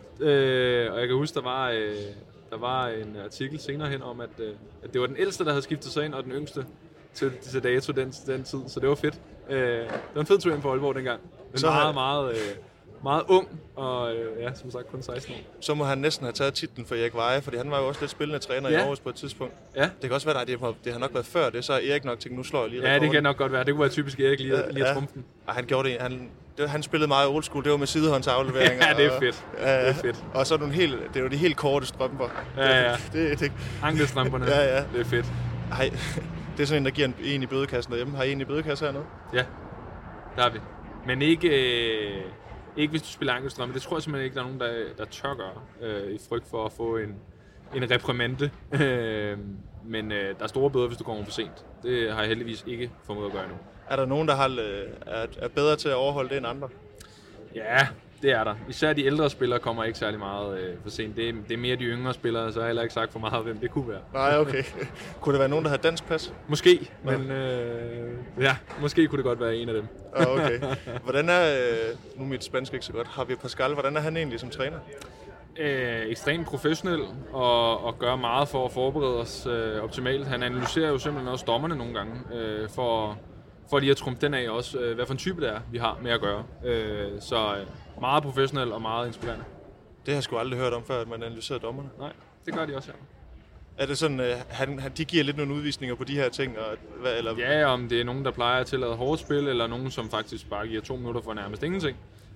Øh, og jeg kan huske, der var, øh, der var en artikel senere hen om, at, øh, at det var den ældste, der havde skiftet sig ind, og den yngste til, til dato den, den tid. Så det var fedt. Øh, det var en fed tur ind på Aalborg dengang. Men så meget, meget... Øh, Meget ung, og øh, ja, som sagt kun seksten år. Så må han næsten have taget titlen for Erik Veje, fordi han var jo også lidt spillende træner ja. i Aarhus på et tidspunkt. Ja. Det kan også være, at det, det har nok været før det, så er Erik nok tænkt, nu slår jeg lige rekorden. Ja, det kan nok godt være. Det kunne være typisk Erik lige, lige at trumfe den. Og han gjorde det. Han, det, han spillede meget old school. Det var med sidehåndsafleveringer. Ja, det er fedt. Og, det er fedt. Og så nogle helt, det er jo de helt korte strømper. Ja, ja. Det, det, ankelstrømperne. Ja, ja. Det er fedt. Hej. Det er sådan en, der giver en, en i bødekassen derhjemme. Har I en i bødekassen hernede? Ja, der har vi. Men ikke... Øh... Ikke hvis du spiller ankelstrømme. Det tror jeg simpelthen ikke, der er nogen, der, der tør gøre, øh, i frygt for at få en, en reprimande. Øh, men øh, der er store bøder, hvis du kommer for sent. Det har jeg heldigvis ikke formået at gøre endnu. Er der nogen, der har, er, er bedre til at overholde det end andre? Ja, det er der. Især de ældre spillere kommer ikke særlig meget øh, for sent. Det er, det er mere de yngre spillere, så har jeg heller ikke sagt for meget, hvem det kunne være. Nej, okay. Kunne det være nogen, der havde dansk pas? Måske, ja. men øh, ja, måske kunne det godt være en af dem. Okay. Hvordan er, nu er mit spansk ikke så godt, Javier Pascal, hvordan er han egentlig som træner? Øh, ekstremt professionel og, og gør meget for at forberede os øh, optimalt. Han analyserer jo simpelthen også dommerne nogle gange, øh, for, for lige at trumfe den af også, øh, hvad for en type det er, vi har med at gøre. Øh, så øh, meget professionel og meget inspirerende. Det har jeg sgu aldrig hørt om før, at man analyserer dommerne. Nej, det gør de også, ja. Er det sådan, at han, de giver lidt nogle udvisninger på de her ting? Og, hvad, eller? Ja, om det er nogen, der plejer at tillade hårdt spil, eller nogen, som faktisk bare giver to minutter for nærmest ingenting.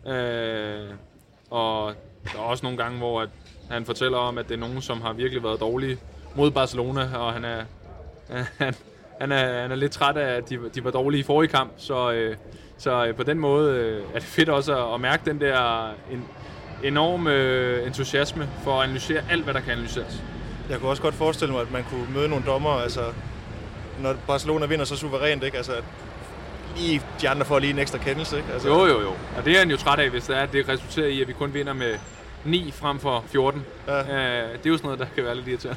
Øh, og der er også nogle gange, hvor at han fortæller om, at det er nogen, som har virkelig været dårlige mod Barcelona, og han er, han, han er, han er lidt træt af, at de, de var dårlige i forrige kamp. Så, øh, så på den måde øh, er det fedt også at, at mærke den der en, enorm øh, entusiasme for at analysere alt, hvad der kan analyseres. Jeg kunne også godt forestille mig, at man kunne møde nogle dommer, altså når Barcelona vinder så suverænt, ikke? Altså lige de andre får lige en ekstra kendelse, ikke? Altså, jo, jo, jo. Og det er han jo træt af, hvis det er, at det resulterer i, at vi kun vinder med ni frem for fjorten. Ja. Uh, det er jo sådan noget, der kan være lidt irriterende.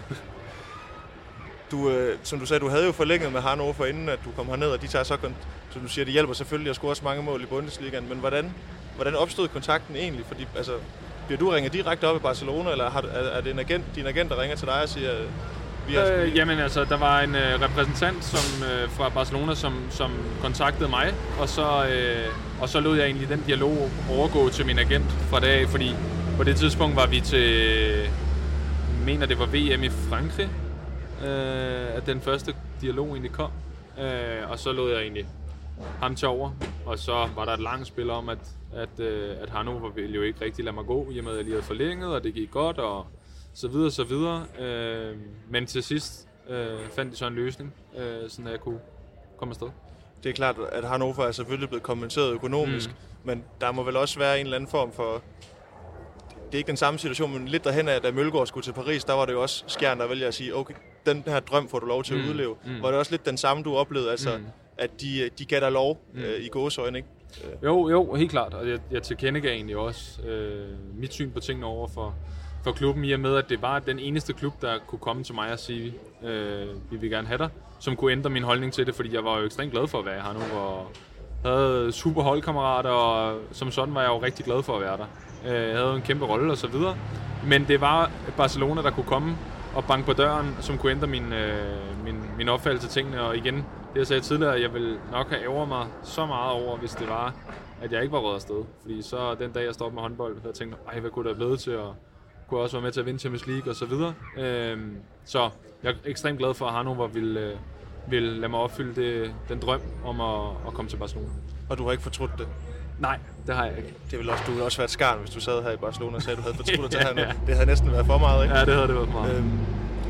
Du, øh, som du sagde, du havde jo forlænget med Hannover inden, at du kom herned, og de tager så, som du siger, det hjælper selvfølgelig at score så mange mål i Bundesligaen, men hvordan, hvordan opstod kontakten egentlig? Fordi, altså, bliver du ringet direkte op i Barcelona, eller har, er, er det en agent, din agent, der ringer til dig og siger... Vi har øh, jamen altså, der var en øh, repræsentant som, øh, fra Barcelona, som, som kontaktede mig, og så, øh, og så lod jeg egentlig den dialog overgå til min agent fra dag af, fordi på det tidspunkt var vi til, jeg mener det var V M i Frankrig, øh, at den første dialog egentlig kom, øh, og så lod jeg egentlig ham til over, og så var der et langt spil om, at, at, øh, at Hannover ville jo ikke rigtig lade mig gå, i og med at jeg lige havde forlænget, og det gik godt, og så videre, så videre. Øh, men til sidst øh, fandt de så en løsning, øh, sådan at jeg kunne komme afsted. Det er klart, at Hannover er selvfølgelig blevet kompenseret økonomisk, mm. men der må vel også være en eller anden form for... Det er ikke den samme situation, men lidt derhen af, da Mølgaard skulle til Paris, der var det jo også Skjern, der vælger at sige, okay, den her drøm får du lov til at mm. udleve. Mm. Var det også lidt den samme, du oplevede, altså, mm. at de, de gav dig lov mm. øh, i gåseøjne, ikke? Jo, jo, helt klart, og jeg, jeg tilkendegav egentlig også øh, mit syn på tingene over for, for klubben, i og med, at det var den eneste klub, der kunne komme til mig og sige, øh, vi vil gerne have dig, som kunne ændre min holdning til det, fordi jeg var jo ekstremt glad for at være her nu, og havde super holdkammerater, og som sådan var jeg jo rigtig glad for at være der. Jeg havde en kæmpe rolle og så videre, men det var Barcelona, der kunne komme og banke på døren, som kunne ændre min, øh, min, min opfattelse af tingene, og igen, det jeg sagde tidligere, jeg ville nok have ærget mig så meget over, hvis det var, at jeg ikke var rødt afsted, fordi så den dag, jeg stoppede med håndbold, så jeg tænkte, ej, hvad kunne der have blevet til, og kunne også være med til at vinde Champions League og så videre. Øhm, så jeg er ekstremt glad for, at Hannover ville, øh, ville lade mig opfylde det, den drøm om at, at komme til Barcelona. Og du har ikke fortrudt det? Nej, det har jeg ikke. Det ville også, du ville også være et skarn, hvis du sad her i Barcelona og sagde, at du havde fortrudt det til her nu. Det havde næsten været for meget, ikke? Ja, det havde det været for meget. Øhm,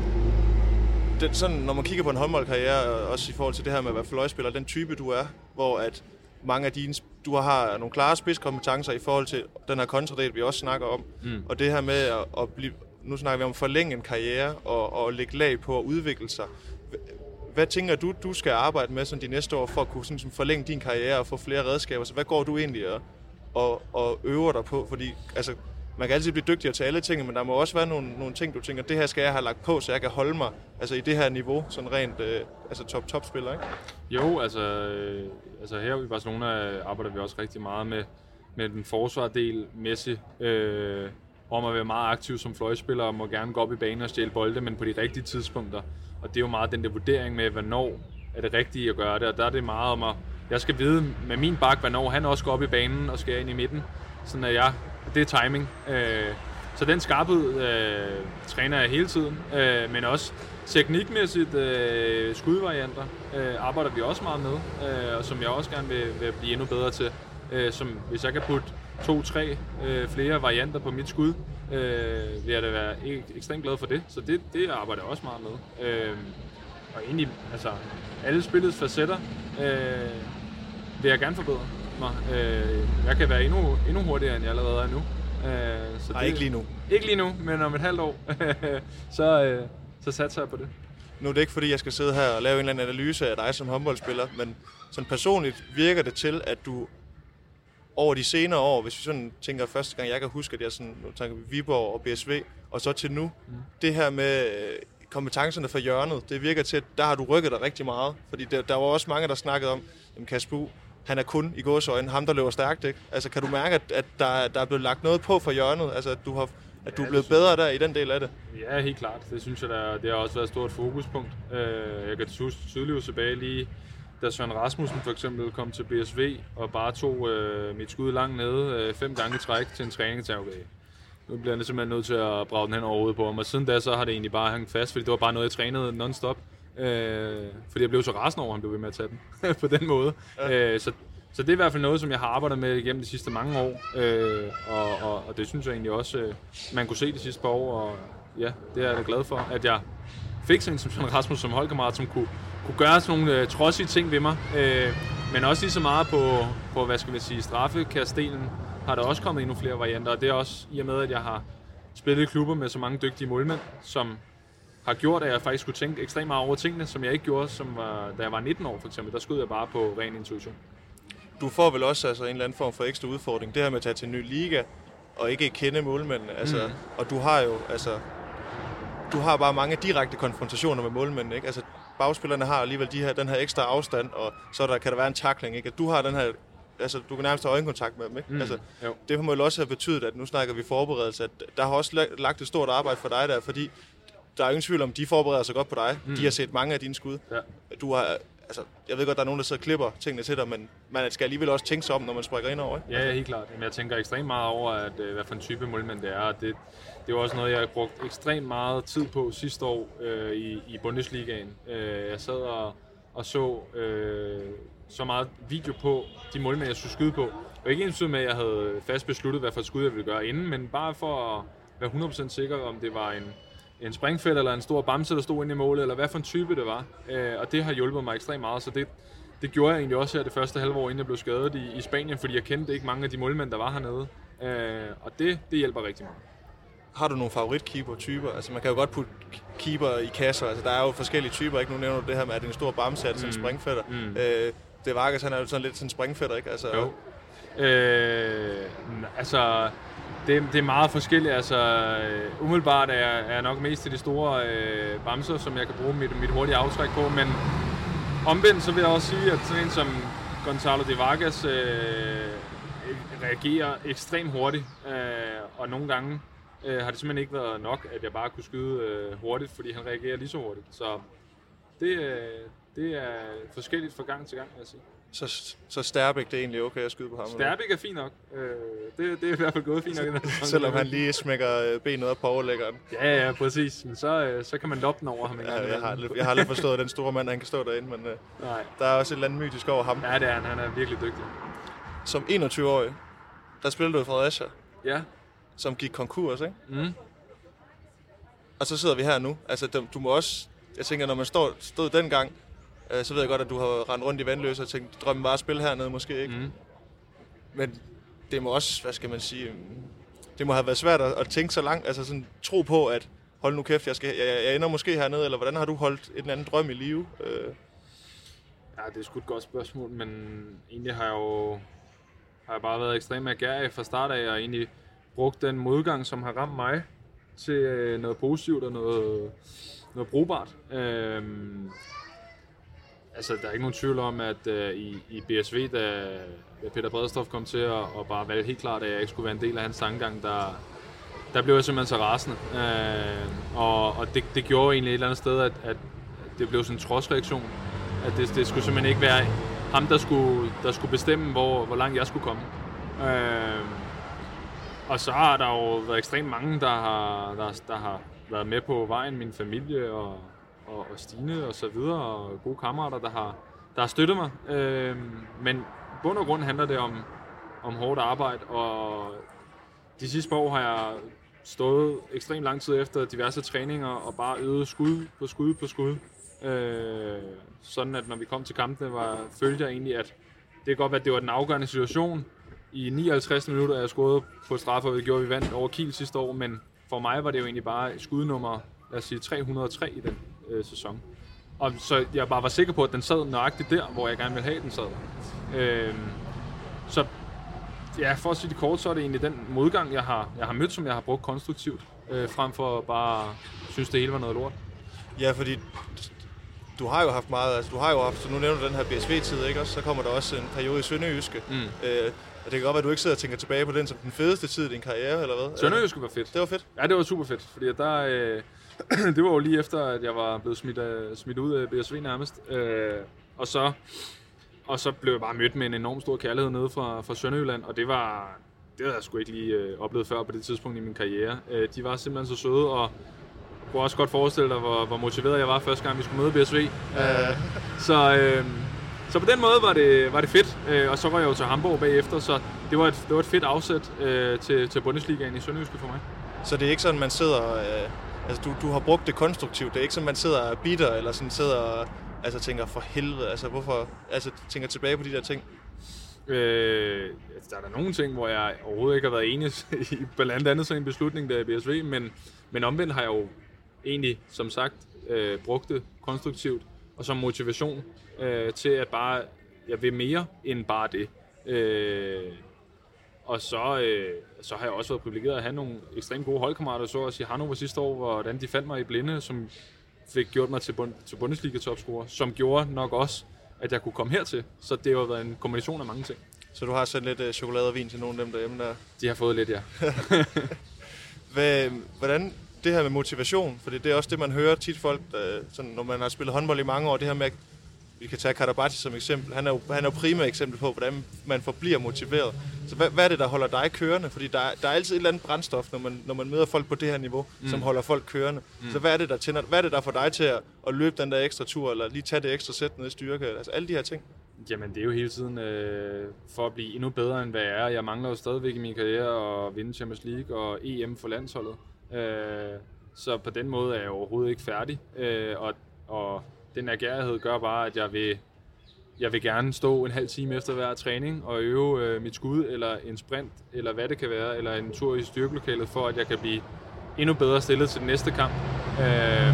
det, sådan, når man kigger på en håndboldkarriere, også i forhold til det her med at være fløjspiller, den type du er, hvor at mange af dine, du har nogle klare spidskompetencer i forhold til den her kontradel, vi også snakker om, mm. og det her med at, at blive, nu snakker vi om at forlænge en karriere og, og lægge lag på at udvikle sig. hvad tænker du, du skal arbejde med sådan de næste år, for at kunne sådan, sådan forlænge din karriere og få flere redskaber? Så hvad går du egentlig og, og, og øver dig på? Fordi altså, man kan altid blive dygtigere til alle ting, men der må også være nogle, nogle ting, du tænker, det her skal jeg have lagt på, så jeg kan holde mig altså, i det her niveau, sådan rent øh, altså top-top-spiller, ikke? Jo, altså, øh, altså her i Barcelona arbejder vi også rigtig meget med, med den forsvardel, Messi, øh, om at være meget aktiv som fløjspiller, og må gerne gå op i banen og stjæle bolde, men på de rigtige tidspunkter. Og det er jo meget den der vurdering med, hvornår er det rigtige at gøre det, og der er det meget om at, jeg skal vide med min bak, hvornår han også går op i banen og skal ind i midten, sådan at jeg, det er timing. Øh, så den skarphed øh, træner jeg hele tiden, øh, men også teknikmæssigt øh, skudvarianter øh, arbejder vi også meget med, øh, og som jeg også gerne vil, vil blive endnu bedre til. Øh, som, hvis jeg kan putte to-tre øh, flere varianter på mit skud, øh, vil jeg da være ek- ekstremt glad for det. Så det, det arbejder jeg også meget med. Øh, og egentlig, altså, alle spillets facetter øh, vil jeg gerne forbedre mig. Øh, jeg kan være endnu, endnu hurtigere, end jeg allerede er nu. Øh, så Nej, det, ikke lige nu. Ikke lige nu, men om et halvt år, så, øh, så satser jeg på det. Nu er det ikke, fordi jeg skal sidde her og lave en eller anden analyse af dig som håndboldspiller, men sådan personligt virker det til, at du over de senere år, hvis vi sådan tænker første gang, jeg kan huske, at jeg sådan, nu tænker vi Viborg og B S V, og så til nu, mm. det her med kompetencerne for hjørnet, det virker til, at der har du rykket dig rigtig meget, fordi der, der var også mange, der snakkede om, at Kasper Buch, han er kun i gåseøjne ham, der løber stærkt, ikke? Altså, kan du mærke, at, at der, der er blevet lagt noget på for hjørnet, altså, at du, har, at du er blevet bedre der i den del af det? Ja, helt klart. Det synes jeg, der, det har også været et stort fokuspunkt. Jeg kan tydeligt tilbage lige, da Søren Rasmussen for eksempel kom til B S V og bare tog øh, mit skud langt nede øh, fem gange i træk til en træning til okay. Nu bliver jeg simpelthen nødt til at brage den hen over hovedet på ham, og siden da så har det egentlig bare hængt fast, fordi det var bare noget, jeg trænede non-stop. Øh, fordi jeg blev så rasende over, at han blev ved med at tage den på den måde. Ja. Øh, så, så det er i hvert fald noget, som jeg har arbejdet med igennem de sidste mange år, øh, og, og, og det synes jeg egentlig også, øh, man kunne se de sidste par år, og ja, det er jeg da glad for, at jeg fik sådan en som Søren Rasmussen som holdkammerat, som kunne kunne gøre sådan nogle øh, trodsige ting ved mig, øh, men også lige så meget på, på hvad skal vi sige, straffekastdelen har der også kommet endnu flere varianter, og det er også i og med, at jeg har spillet i klubber med så mange dygtige målmænd, som har gjort, at jeg faktisk skulle tænke ekstremt meget over tingene, som jeg ikke gjorde, som var, da jeg var nitten år for eksempel. Der skød jeg bare på ren intuition. Du får vel også altså, en eller anden form for ekstra udfordring, det her med at tage til en ny liga, og ikke kende målmændene, altså, mm. og du har jo, altså, du har bare mange direkte konfrontationer med målmændene, ikke? Altså, bagspillerne har alligevel de her, den her ekstra afstand, og så der, kan der være en tackling, ikke? At du har den her, altså du kan nærmest have øjenkontakt med dem, ikke? Mm, altså, det må jo også have betydet, at nu snakker vi forberedelse, at der har også lagt et stort arbejde for dig der, fordi der er ingen tvivl om, de forbereder sig godt på dig. Mm. De har set mange af dine skud. Ja. Du har, altså, jeg ved godt, der er nogen, der sidder og klipper tingene til dig, men man skal alligevel også tænke sig om, når man springer ind over, ikke? Ja, ja, helt klart. Jamen, jeg tænker ekstremt meget over, at, hvad for en type målmand det er, og det, det er også noget, jeg har brugt ekstremt meget tid på sidste år øh, i, i Bundesligaen. Øh, jeg sad og, og så øh, så meget video på de målmænd, jeg skulle skyde på. Og ikke ens med, at jeg havde fast besluttet, hvad for et skud jeg ville gøre inden, men bare for at være hundrede procent sikker, om det var en, en springfelt eller en stor bamse, der stod inde i målet, eller hvad for en type det var. Øh, og det har hjulpet mig ekstremt meget, så det, det gjorde jeg egentlig også her det første halve år, inden jeg blev skadet i, i Spanien, fordi jeg kendte ikke mange af de målmænd, der var hernede. Øh, og det, det hjælper rigtig meget. Har du nogle favoritkeeper-typer? Altså man kan jo godt putte keeper i kasser. Altså der er jo forskellige typer, ikke? Nu nævner du det her med, at det er en stor bamse, at det er sådan en springfætter. Mm. Øh, det Vargas, han er jo sådan lidt sådan en springfætter, ikke? Altså, jo. Øh, altså, det, det er meget forskelligt. Altså, umiddelbart er jeg, er jeg nok mest til de store øh, bamser, som jeg kan bruge mit, mit hurtige aftræk på, men omvendt så vil jeg også sige, at sådan en som Gonzalo de Vargas øh, reagerer ekstremt hurtigt, øh, og nogle gange øh, har det simpelthen ikke været nok, at jeg bare kunne skyde øh, hurtigt, fordi han reagerer lige så hurtigt. Så det, øh, det er forskelligt fra gang til gang, vil jeg sige. Så, så Sterbæk, det er egentlig okay at skyde på ham? Sterbæk er fint nok. Øh, det, det er i hvert fald gået fint nok. Selvom han lige smækker benet op på overlæggeren. Ja, ja, præcis. Men så, så kan man loppe den over ham. Ja, jeg, har, jeg har lidt forstået den store mand, han kan stå derinde, men Nej. Der er også et eller andet mytisk over ham. Ja, det er han. Han er virkelig dygtig. Som enogtyve-årig, der spillede du i Fredericia. Ja. Som gik konkurs, ikke? Mm. Og så sidder vi her nu. Altså, du må også... Jeg tænker, når man stod, stod dengang, øh, så ved jeg godt, at du har rendt rundt i Vandløse og tænkt, drømmen var at spille hernede måske, ikke? Mm. Men det må også, hvad skal man sige... Det må have været svært at, at tænke så langt, altså sådan tro på, at hold nu kæft, jeg, skal, jeg, jeg ender måske hernede, eller hvordan har du holdt en eller anden drøm i live? Øh. Ja, det er sgu et godt spørgsmål, men egentlig har jeg jo har jeg bare været ekstremt agerig fra start af, og egentlig brugt den modgang, som har ramt mig, til noget positivt og noget, noget brugbart. Øhm, altså, der er ikke nogen tvivl om, at uh, i, i B S V, da Peter Bredstof kom til at og bare valgte helt klart, at jeg ikke skulle være en del af hans tankegang, der, der blev jeg simpelthen så rasende. Øh, og og det, det gjorde egentlig et eller andet sted, at, at det blev sådan en trodsreaktion. At det, det skulle simpelthen ikke være ham, der skulle, der skulle bestemme, hvor, hvor langt jeg skulle komme. Øh, og så har der jo været ekstremt mange, der har, der, der har været med på vejen. Min familie og, og, og Stine og så videre, og gode kammerater, der har, der har støttet mig. Øh, men i bund og grund handler det om, om hårdt arbejde, og de sidste par år har jeg stået ekstremt lang tid efter diverse træninger og bare øvet skud på skud på skud. Øh, sådan at når vi kom til kampene, var, følte jeg egentlig, at det kan godt være, at det var den afgørende situation. I nioghalvtreds minutter jeg scorede på straffe, og det gjorde vi vandt over Kiel sidste år, men for mig var det jo egentlig bare skudnummer, lad os sige tre hundrede og tre i den øh, sæson. Og så jeg bare var sikker på, at den sad nøjagtigt der, hvor jeg gerne ville have, den sad. Øh, så ja, for at sige det kort, så er det egentlig den modgang, jeg har, jeg har mødt, som jeg har brugt konstruktivt, øh, frem for bare synes, det hele var noget lort. Ja, fordi du har jo haft meget, altså du har jo haft, så nu nævner du den her B S V-tid, ikke også? Så kommer der også en periode i Sønderjyske. Mm. Øh, og det kan godt være, at du ikke sidder og tænker tilbage på den som den fedeste tid i din karriere, eller hvad? Sønderjyske var fedt. Det var fedt? Ja, det var super fedt, fordi der, øh, det var jo lige efter, at jeg var blevet smidt, af, smidt ud af B S V nærmest. Øh, og så Og så blev jeg bare mødt med en enorm stor kærlighed nede fra, fra Sønderjylland, og det var det havde jeg sgu ikke lige øh, oplevet før på det tidspunkt i min karriere. Øh, de var simpelthen så søde, og jeg kunne også godt forestille dig, hvor, hvor motiveret jeg var første gang, vi skulle møde B S V. Øh, så, øh, så på den måde var det, var det fedt, øh, og så var jeg jo til Hamburg bagefter, så det var et, det var et fedt afsæt øh, til, til Bundesligaen i Sønderjyske for mig. Så det er ikke sådan, man sidder... Øh, altså, du, du har brugt det konstruktivt. Det er ikke sådan, man sidder og bitter, eller sådan sidder og altså, tænker, for helvede, altså hvorfor... Altså, tænker tilbage på de der ting. Øh, der er der nogle ting, hvor jeg overhovedet ikke har været enig i, blandt andet sådan en beslutning der i B S V, men, men omvendt har jeg jo egentlig, som sagt, øh, brugt det konstruktivt og som motivation øh, til at bare, jeg vil mere end bare det. Øh, og så, øh, så har jeg også været privilegeret at have nogle ekstremt gode holdkammerater, så også i Hannover sidste år, hvordan de fandt mig i blinde, som fik gjort mig til, bund, til Bundesliga-topscorer, som gjorde nok også, at jeg kunne komme hertil. Så det har været en kombination af mange ting. Så du har sendt lidt uh, chokolade og vin til nogle af dem derhjemme der? De har fået lidt, ja. Hvad, hvordan det her med motivation, for det er også det, man hører tit folk, der, sådan, når man har spillet håndbold i mange år, det her med, vi kan tage Karabatic som eksempel, han er jo, han er jo primært eksempel på, hvordan man forbliver motiveret. Så hvad, hvad er det, der holder dig kørende? Fordi der, der er altid et eller andet brændstof, når man, når man møder folk på det her niveau, mm. som holder folk kørende. Mm. Så hvad er det, der tænder, hvad er det, der får dig til at, at løbe den der ekstra tur, eller lige tage det ekstra sæt ned i styrke, altså alle de her ting? Jamen, det er jo hele tiden øh, for at blive endnu bedre, end hvad jeg er. Jeg mangler jo stadigvæk i min karriere at vinde Champions League og E M for landsholdet. Øh, så på den måde er jeg overhovedet ikke færdig. Øh, og, og den agerighed gør bare, at jeg vil, jeg vil gerne stå en halv time efter hver træning og øve øh, mit skud, eller en sprint, eller hvad det kan være, eller en tur i styrkelokalet, for at jeg kan blive endnu bedre stillet til den næste kamp. Øh,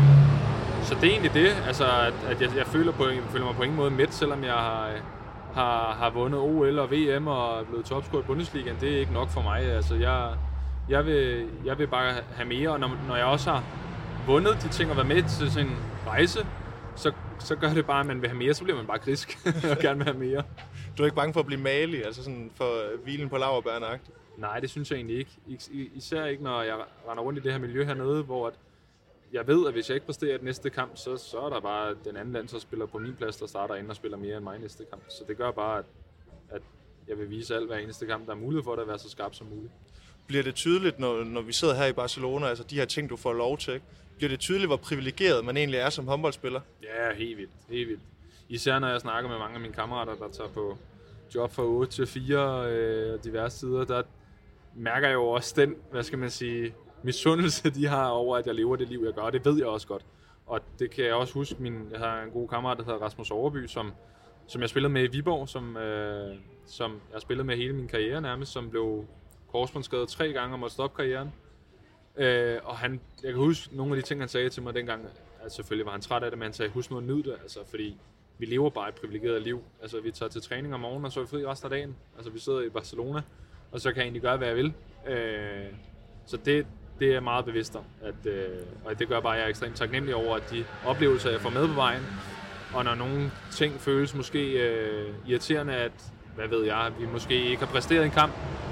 Så det er egentlig det, altså at, at jeg, jeg, føler på, jeg føler mig på ingen måde mæt, selvom jeg har, har, har vundet O L og V M og er blevet topscorer i Bundesligaen. Det er ikke nok for mig. Altså jeg, jeg, vil, jeg vil bare have mere, og når, når jeg også har vundet de ting og været med til sådan en rejse, så, så gør det bare, at man vil have mere, så bliver man bare grisk og gerne vil have mere. Du er ikke bange for at blive malig, altså sådan for hvilen på laurbærne-agtigt? Nej, det synes jeg egentlig ikke. Især ikke, når jeg render rundt i det her miljø hernede, hvor at jeg ved, at hvis jeg ikke præsterer den næste kamp, så, så er der bare den anden landsholdsspiller på min plads, der starter ind og spiller mere end mig næste kamp. Så det gør bare, at, at jeg vil vise alt hver eneste kamp, der er mulighed for det at være så skarp som muligt. Bliver det tydeligt, når, når vi sidder her i Barcelona, altså de her ting, du får lov til, ikke? Bliver det tydeligt, hvor privilegeret man egentlig er som håndboldspiller? Ja, helt vildt. Helt vildt. Især når jeg snakker med mange af mine kammerater, der tager på job fra otte til fire øh, og diverse tider, der mærker jeg jo også den, hvad skal man sige, misundelse, de har over, at jeg lever det liv, jeg gør. Det ved jeg også godt. Og det kan jeg også huske. Min, jeg har en god kammerat, der hedder Rasmus Overby, som, som jeg spillede med i Viborg, som, øh, som jeg spillede med hele min karriere nærmest, som blev korsbåndsskadet tre gange og måtte stoppe karrieren. Øh, og han, jeg kan huske nogle af de ting, han sagde til mig dengang, altså selvfølgelig var han træt af det, men han sagde, husk nu at nyde det, altså fordi vi lever bare et privilegeret liv. Altså vi tager til træning om morgenen, og så er vi fri resten af dagen. Altså vi sidder i Barcelona, og så kan jeg egentlig gøre, hvad jeg vil. Øh, så det, det er jeg meget bevidst om, at, øh, og det gør bare, at jeg er ekstremt taknemmelig over, at de oplevelser, jeg får med på vejen, og når nogle ting føles måske øh, irriterende, at, hvad ved jeg, vi måske ikke har præsteret en kamp,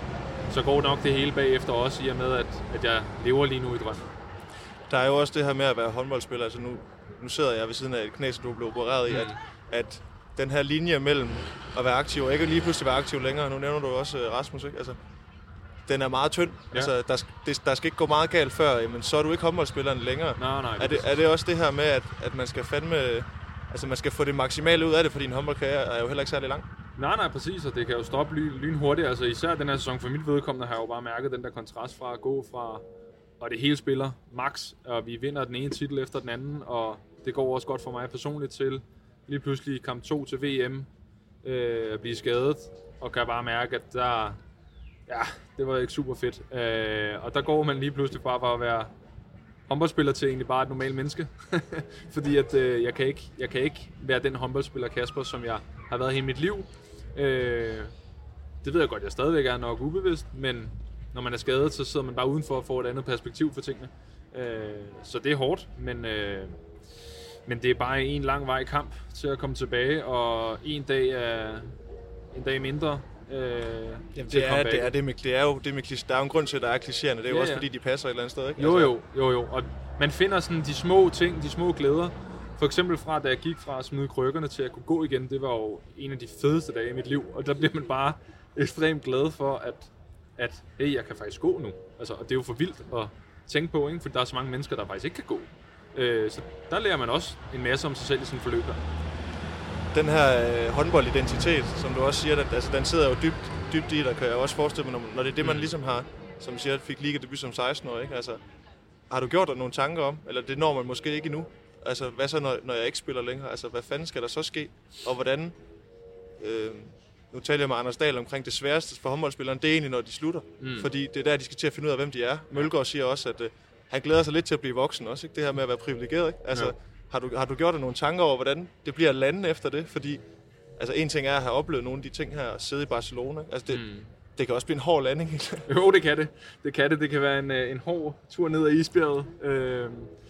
så går nok det hele bagefter også, i og med, at, at jeg lever lige nu i drømmen. Der er jo også det her med at være håndboldspiller. Altså nu, nu sidder jeg ved siden af et knæ, som du blev opereret i, mm. at, at den her linje mellem at være aktiv og ikke lige pludselig være aktiv længere, nu nævner du også Rasmus, ikke? Altså, den er meget tynd. Ja. Altså, der, det, der skal ikke gå meget galt før, men så er du ikke håndboldspilleren længere. Nej, nej, er, det, er det også det her med, at, at man skal fandme, altså man skal få det maksimale ud af det, fordi en håndboldkarriere er jo heller ikke særlig lang? Nej, nej, præcis, og det kan jo stoppe lyn, lyn hurtigt. Altså især den her sæson for mit vedkommende har jeg jo bare mærket den der kontrast fra at gå fra, og det hele spiller max, og vi vinder den ene titel efter den anden, og det går også godt for mig personligt til lige pludselig kamp to til V M, øh, at blive skadet, og kan bare mærke, at der, ja, det var ikke super fedt. Øh, og der går man lige pludselig bare fra at være håndboldspiller til egentlig bare et normalt menneske. Fordi at øh, jeg, kan ikke, jeg kan ikke være den håndboldspiller Kasper, som jeg har været hele mit liv. Øh, det ved jeg godt, jeg stadigvæk er nok ubevidst, men når man er skadet, så sidder man bare udenfor og får et andet perspektiv for tingene. Øh, så det er hårdt, men, øh, men det er bare en lang vej kamp til at komme tilbage, og en dag er en dag mindre. Øh, Jamen, det, er, det, er det, med, det er jo det med, der er jo en grund til, at der er klichéerne. Det er jo ja, også, ja. fordi de passer et eller andet sted, ikke? Jo, jo, jo, jo. Og man finder sådan de små ting, de små glæder. For eksempel fra, da jeg gik fra at smide krykkerne til at kunne gå igen, det var jo en af de fedeste dage i mit liv. Og der bliver man bare ekstremt glad for, at, at hey, jeg kan faktisk gå nu. Altså, og det er jo for vildt at tænke på, ikke? For der er så mange mennesker, der faktisk ikke kan gå. Øh, så der lærer man også en masse om sig selv i sin forløb her. Den her øh, håndboldidentitet, som du også siger, at, altså, den sidder jo dybt, dybt i, der kan jeg også forestille mig, når det er det, man ligesom har, som siger, fik ligadebut som seksten-årig, ikke? Altså, har du gjort dig nogle tanker om, eller det når man måske ikke endnu? Altså, hvad så, når, når jeg ikke spiller længere? Altså, hvad fanden skal der så ske? Og hvordan... Øh, nu taler jeg med Anders Dahl omkring det sværeste for håndboldspilleren, det er egentlig, når de slutter. Mm. Fordi det er der, de skal til at finde ud af, hvem de er. Mølgaard siger også, at øh, han glæder sig lidt til at blive voksen også, ikke? Det her med at være privilegeret, ikke? Altså, ja. har, du, har du gjort dig nogle tanker over, hvordan det bliver at lande efter det? Fordi, altså, en ting er at have oplevet nogle af de ting her, og sidde i Barcelona. Altså, det, mm. det kan også blive en hård landing. Jo, det kan det. Det kan det. Det kan være en, en hård tur ned ad isbjerget. Øh,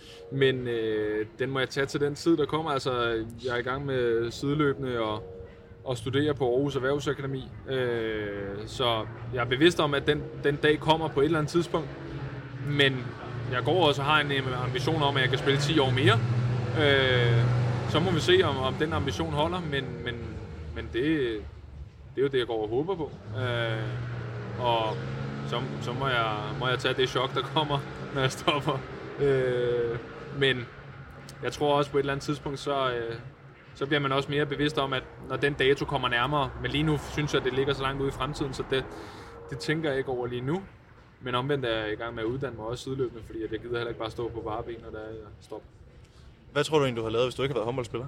men øh, den må jeg tage til den tid, der kommer. Altså, jeg er i gang med sideløbende og og studere på Aarhus Erhvervsakademi. Øh, så jeg er bevidst om, at den, den dag kommer på et eller andet tidspunkt. Men jeg går også og har en ambition om, at jeg kan spille ti år mere. Øh, så må vi se, om, om den ambition holder, men, men, men det, det er jo det, jeg går og håber på. Øh, og så, så må, jeg, må jeg tage det chok, der kommer, når jeg stopper. Øh, men jeg tror også på et eller andet tidspunkt, så... Øh, så bliver man også mere bevidst om, at når den dato kommer nærmere, men lige nu synes jeg, at det ligger så langt ude i fremtiden, så det, det tænker jeg ikke over lige nu. Men omvendt er jeg i gang med at uddanne mig også sideløbende, fordi jeg gider heller ikke bare stå på bare ben, når der er stop. Hvad tror du egentlig, du har lavet, hvis du ikke har været håndboldspiller?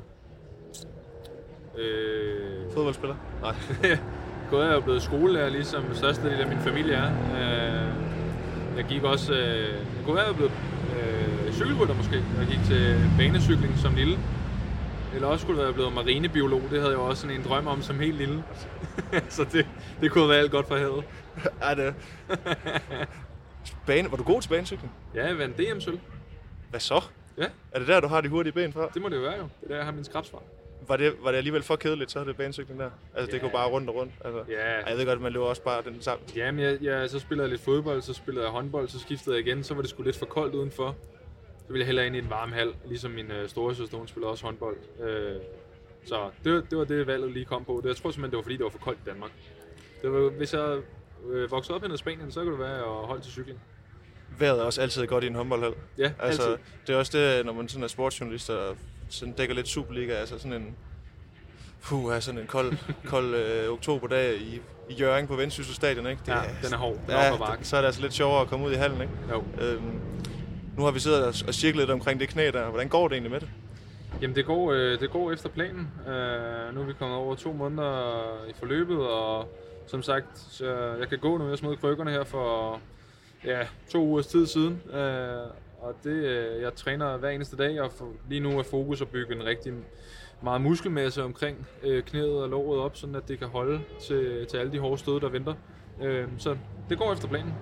Øh... Fodboldspiller? Nej. Gået er jo blevet skolelærer, ligesom største del af min familie er. Jeg gik også... Gået er jo blevet øh, cykelrytter måske. Jeg gik til banecykling som lille. Eller også skulle det være blevet marinebiolog. Det havde jeg jo også sådan en drøm om som helt lille. Så det, det kunne være alt godt for havet. Ja, det Bane, var du god til banecykling? Ja, jeg vandt D M-sølv. Hvad så? Ja. Er det der, du har de hurtige ben fra? Det må det jo være jo. Det er der, jeg har min skrabs fra. Var det, var det alligevel for kedeligt, så det banecykling der? Altså, ja. Det går bare rundt og rundt. Altså, ja. Jeg ved godt, at man løber også bare den samme. Jamen, jeg, jeg, så spillede jeg lidt fodbold, så spillede jeg håndbold, så skiftede jeg igen. Så var det sgu lidt for koldt udenfor. Så ville jeg hellere ind i en varm hal, ligesom min øh, store søster, hun spillede også håndbold. Øh, så det, det var det, valget lige kom på. Det, jeg tror simpelthen, det var fordi, det var for koldt i Danmark. Det var, hvis jeg øh, voksede op hen i Spanien, så kunne det være at holde til cykling. Vejret er også altid godt i en håndboldhal. Ja, altså, altid. Det er også det, når man sådan er sportsjournalist og sådan dækker lidt Superliga, altså sådan en... Puh, sådan en kold, kold øh, oktoberdag i, i Hjørring på Vendsyssel Stadion, ikke? Det, ja, den er hård. Ja, det, så er det altså lidt sjovere at komme ud i hallen, ikke? Jo. Øhm, nu har vi siddet og, og cirklet lidt omkring det knæ der. Hvordan går det egentlig med det? Jamen, det går, øh, det går efter planen. Øh, nu er vi kommet over to måneder i forløbet, og som sagt, så jeg kan gå nu. Jeg smed krykkerne her for ja, to ugers tid siden. Øh, og det, øh, jeg træner hver eneste dag, og for, lige nu er fokus at bygge en rigtig meget muskelmasse omkring øh, knæet og låret op, sådan at det kan holde til, til alle de hårde stød, der venter. Øh, så det går efter planen.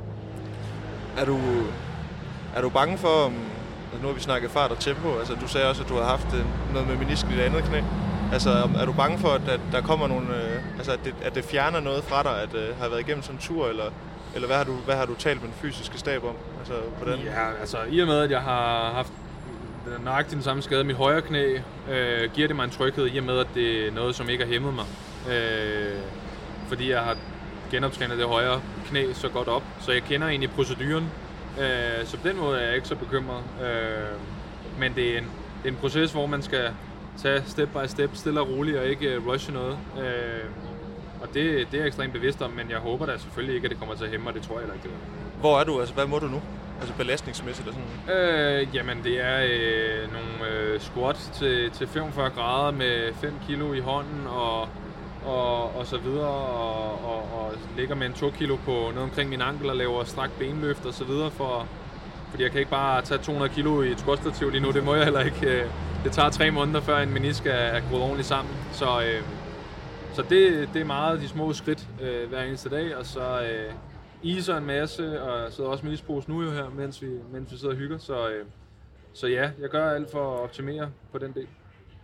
Er du, er du bange for, um, nu har vi snakket fart og tempo, altså du sagde også, at du har haft uh, noget med menisken i det andet knæ. Altså er du bange for, at, at der kommer nogle, uh, altså at det, at det fjerner noget fra dig, at uh, har været igennem sådan en tur, eller, eller hvad, har du, hvad har du talt med den fysiske stab om? Altså, hvordan? Ja, altså i og med, at jeg har haft nøjagtigt den samme skade i mit højre knæ, øh, giver det mig en tryghed i og med, at det er noget, som ikke har hæmmet mig. Øh, fordi jeg har genoptrænet det højre knæ så godt op, så jeg kender egentlig proceduren. Øh, så på den måde er jeg ikke så bekymret. Øh, men det er, en, det er en proces, hvor man skal tage step by step, stille og roligt og ikke rushe noget. Øh, og det, det er jeg ekstremt bevidst om, men jeg håber da selvfølgelig ikke, at det kommer til at hæmme mig. Det tror jeg heller ikke, det vil. Hvor er du? Altså, hvad må du nu? Altså belastningsmæssigt og sådan? Øh, jamen det er øh, nogle øh, squat til, til femogfyrre grader med fem kilo i hånden og, og, og så videre og, og, og ligger med en to kilo på noget omkring min ankel og laver strakt benløft og så videre for, fordi jeg kan ikke bare tage to hundrede kilo i et squatstativ lige nu, det må jeg heller ikke. Det tager tre måneder før en menisk er groet ordentligt sammen, så, øh, så det, det er meget de små skridt øh, hver eneste dag og så øh, iser en masse, og jeg sidder også med ispose nu jo her, mens vi, mens vi sidder og hygger. Så, øh, så ja, jeg gør alt for at optimere på den del.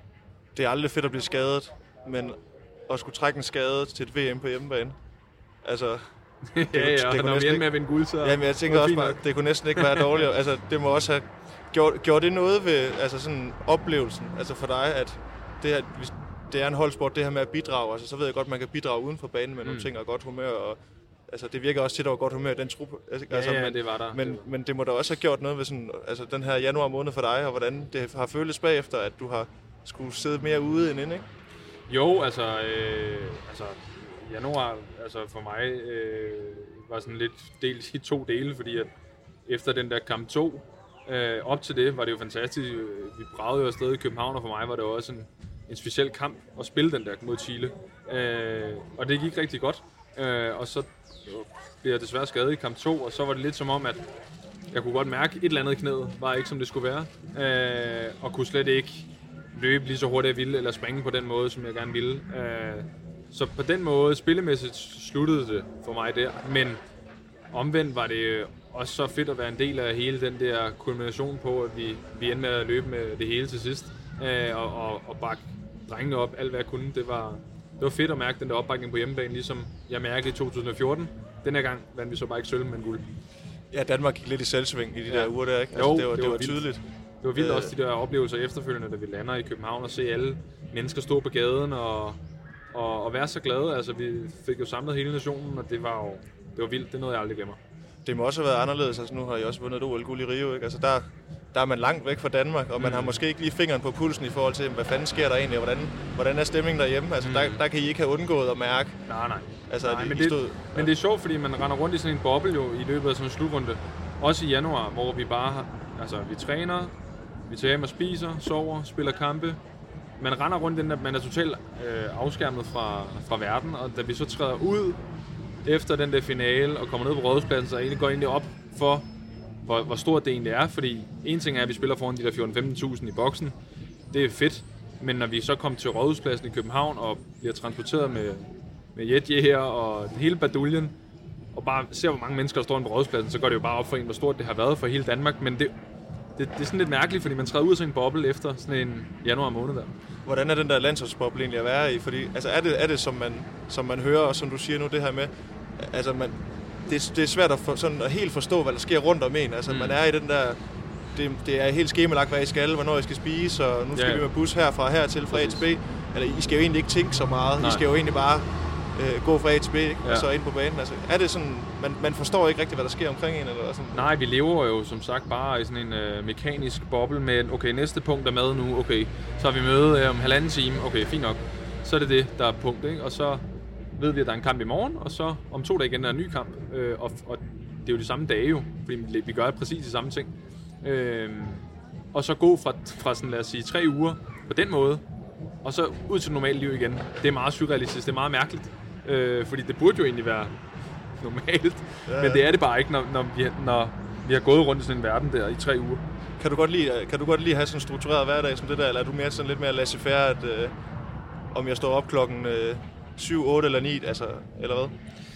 Det er aldrig fedt at blive skadet, men at skulle trække en skade til et V M på hjemmebane. Altså, det, ja, ja, det når vi ender med at vinde guld, så... Jamen, jeg tænker også bare, det kunne næsten ikke være dårligere. Altså, det må også have... Gjort, gjort det noget ved altså sådan oplevelsen, altså for dig, at det her, det er en holdsport, det her med at bidrage. Altså, så ved jeg godt, man kan bidrage uden for banen med mm. nogle ting og godt humør og... Altså, det virker også til, at der var godt humør i den truppe. Altså, ja, ja, men, det var der. Men, men det må da også have gjort noget ved sådan, altså, den her januar måned for dig, og hvordan det har føltes bagefter, at du har skulle sidde mere ude end inde, ikke? Jo, altså, øh, altså januar altså for mig øh, var sådan lidt delt i to dele, fordi at efter den der kamp to, øh, op til det var det jo fantastisk. Vi bragede jo afsted i København, og for mig var det også en, en speciel kamp at spille den der mod Chile. Øh, og det gik rigtig godt. Øh, og så blev jeg desværre skadet i kamp to, og så var det lidt som om, at jeg kunne godt mærke, at et eller andet i knæet var ikke, som det skulle være. Øh, og kunne slet ikke løbe lige så hurtigt jeg ville, eller springe på den måde, som jeg gerne ville. Øh, så på den måde, spillemæssigt, sluttede det for mig der. Men omvendt var det også så fedt at være en del af hele den der kulmination på, at vi, vi endte med at løbe med det hele til sidst. Øh, og, og, og bakke drengene op, alt hvad jeg kunne. Det var... Det var fedt at mærke den der opbakning på hjemmebane, ligesom jeg mærkede i to tusind og fjorten. Den her gang vandt vi så bare ikke sølv, men guld. Ja, Danmark gik lidt i selvsving i de ja. der uger der, ikke? Altså, jo, det var, det var, var tydeligt. Det var vildt øh... også de der oplevelser efterfølgende, da vi lander i København og se alle mennesker stå på gaden og, og, og være så glade. Altså, vi fik jo samlet hele nationen, og det var jo det var vildt. Det er noget, jeg aldrig glemmer. Det må også have været anderledes. Altså, nu har I også vundet et O L-guld i Rio, ikke? Altså, der, der er man langt væk fra Danmark, og man mm. har måske ikke lige fingeren på pulsen i forhold til, hvad fanden sker der egentlig, og hvordan, hvordan er stemningen derhjemme? Altså, mm. der, der kan I ikke have undgået at mærke. Nej, nej. Altså, nej, de, men, de stod, det, ja. men det er sjovt, fordi man render rundt i sådan en boble jo i løbet af sådan en slutrunde. Også i januar, hvor vi bare har, altså, vi træner, vi tager hjem og spiser, sover, spiller kampe. Man render rundt den der, man er totalt øh, afskærmet fra, fra verden, og da vi så træder ud efter den der finale og kommer ned på Rådhuspladsen, så egentlig går egentlig op for, hvor, hvor stort det egentlig er, fordi en ting er, at vi spiller foran de der fjorten til femten tusind i boksen. Det er fedt, men når vi så kommer til Rådhuspladsen i København og bliver transporteret med, med jetjæger og hele baduljen, og bare ser, hvor mange mennesker der står på Rådhuspladsen, så går det jo bare op for en, hvor stort det har været for hele Danmark, men det, det, det er sådan lidt mærkeligt, fordi man træder ud af sådan en boble efter sådan en januar måned der. Hvordan er den der landsholdsboble egentlig at være i? Fordi, altså, er det, er det som, man, som man hører, og som du siger nu, det her med, altså, man, det, det er svært at, for, sådan, at helt forstå, hvad der sker rundt om en. Altså, mm. man er i den der, det, det er helt skemalagt, hvad I skal, hvornår I skal spise, og nu skal yeah. vi med bus herfra og hertil fra A til B. Eller, I skal jo egentlig ikke tænke så meget. Nej. I skal jo egentlig bare øh, gå fra A til B, ikke? Ja. Og så ind på banen. Altså, er det sådan, man, man forstår ikke rigtigt, hvad der sker omkring en? Eller sådan? Nej, vi lever jo som sagt bare i sådan en øh, mekanisk boble med, okay, næste punkt er med nu, okay, så har vi møde øh, om halvanden time, okay, fint nok. Så er det det, der er punkt, ikke? Og så ved vi, at der er en kamp i morgen, og så om to dage igen er en ny kamp. Øh, og, og det er jo de samme dage jo, fordi vi gør præcis de samme ting. Øh, og så gå fra, fra sådan, lad os sige, tre uger på den måde, og så ud til normalt liv igen. Det er meget surrealistisk, det er meget mærkeligt. Øh, fordi det burde jo egentlig være normalt. Ja, ja. Men det er det bare ikke, når, når, vi, når vi har gået rundt i sådan en verden der i tre uger. Kan du godt lide, kan du godt lide at have sådan en struktureret hverdag som det der, eller er du mere sådan lidt mere laissez-faire, at øh, om jeg står op klokken øh, syv, otte eller ni, altså, eller hvad?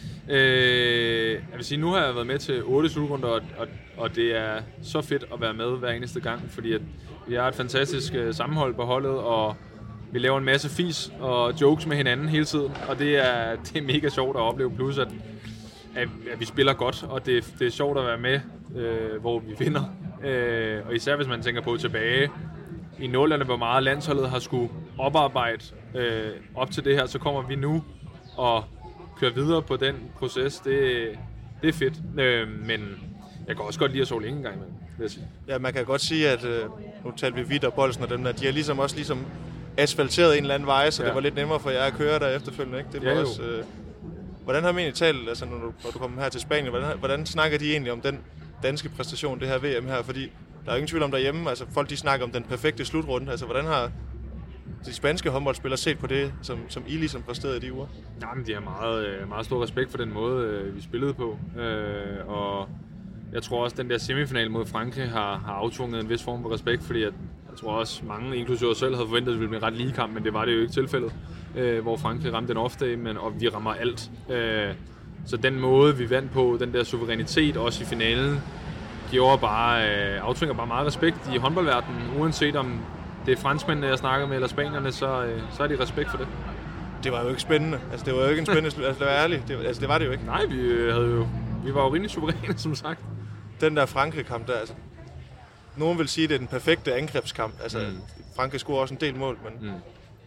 Øh, jeg vil sige, nu har jeg været med til otte slutrunder, og, og, og det er så fedt at være med hver eneste gang, fordi at vi har et fantastisk øh, sammenhold på holdet, og vi laver en masse fis og jokes med hinanden hele tiden, og det er, det er mega sjovt at opleve, plus at, at, at vi spiller godt, og det, det er sjovt at være med, øh, hvor vi vinder. Øh, og især hvis man tænker på tilbage i nullerne, hvor meget landsholdet har skulle oparbejde øh, op til det her, så kommer vi nu og kører videre på den proces. Det, det er fedt, øh, men jeg kan også godt lide at sove længe en gang imellem, vil jeg sige. Ja, man kan godt sige, at øh, nu talte vi Vidt og Bolsen og dem der, de har ligesom også ligesom asfalteret en eller anden vej, så ja. Det var lidt nemmere for jer at køre der efterfølgende, ikke? Det var ja, også, øh, hvordan har man egentlig talt, altså når du, når du kommer her til Spanien, hvordan, hvordan snakker de egentlig om den danske præstation, det her V M her, fordi der er jo ingen tvivl om derhjemme, altså folk de snakker om den perfekte slutrunde, altså hvordan har de spanske håndboldspillere set på det, som, som I ligesom præsterede i de uger? Jamen, de har meget, meget stor respekt for den måde, vi spillede på, øh, og jeg tror også, at den der semifinal mod Frankrig har, har aftvunget en vis form for respekt, fordi at, jeg tror også, mange, inklusive os selv, havde forventet, at det ville blive en ret lige kamp, men det var det jo ikke tilfældet, øh, hvor Frankrig ramte den ofte, men, og vi rammer alt. Øh, så den måde, vi vandt på, den der suverænitet, også i finalen, gjorde bare, øh, aftvinger bare meget respekt i håndboldverdenen, uanset om det er franskmændene, jeg snakker med, eller spanierne, så, øh, så er de respekt for det. Det var jo ikke spændende. Altså, det var jo ikke en spændende slut. Altså, det var ærligt. Det, altså, det var det jo ikke. Nej, vi, havde jo, vi var jo rimelig suveræne, som sagt. Den der Frankrig-kamp der, altså... Nogen vil sige, at det er den perfekte angrebskamp. Altså, mm. Frankrig scorer også en del mål, men... Mm.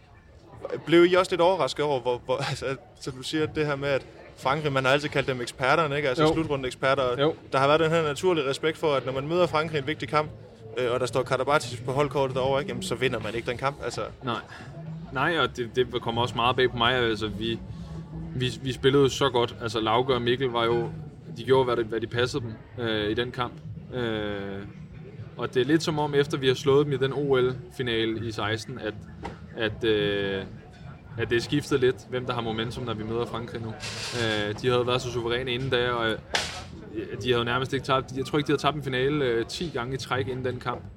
Blev I også lidt overrasket over, hvor... hvor altså, så du siger det her med, at Frankrig, man har altid kaldt dem eksperterne, ikke? Altså slutrunde-eksperter. Jo. Der har været den her naturlige respekt for, at når man møder Frankrig i en vigtig kamp, øh, og der står Karabatic på holdkortet derovre, ikke? Jamen, så vinder man ikke den kamp. Altså... Nej. Nej, og det, det kommer også meget bag på mig. Altså, vi, vi, vi spillede så godt. Altså, Lauke og Mikkel var jo... De gjorde, hvad de, hvad de passede dem øh, i den kamp. Øh, og det er lidt som om, efter vi har slået dem i den O L-finale i seksten, at, at, øh, at det er skiftet lidt, hvem der har momentum, når vi møder Frankrig nu. Øh, de havde været så suveræne inden da, og øh, de havde nærmest ikke tabt... Jeg tror ikke, de havde tabt en finale øh, ti gange i træk inden den kamp.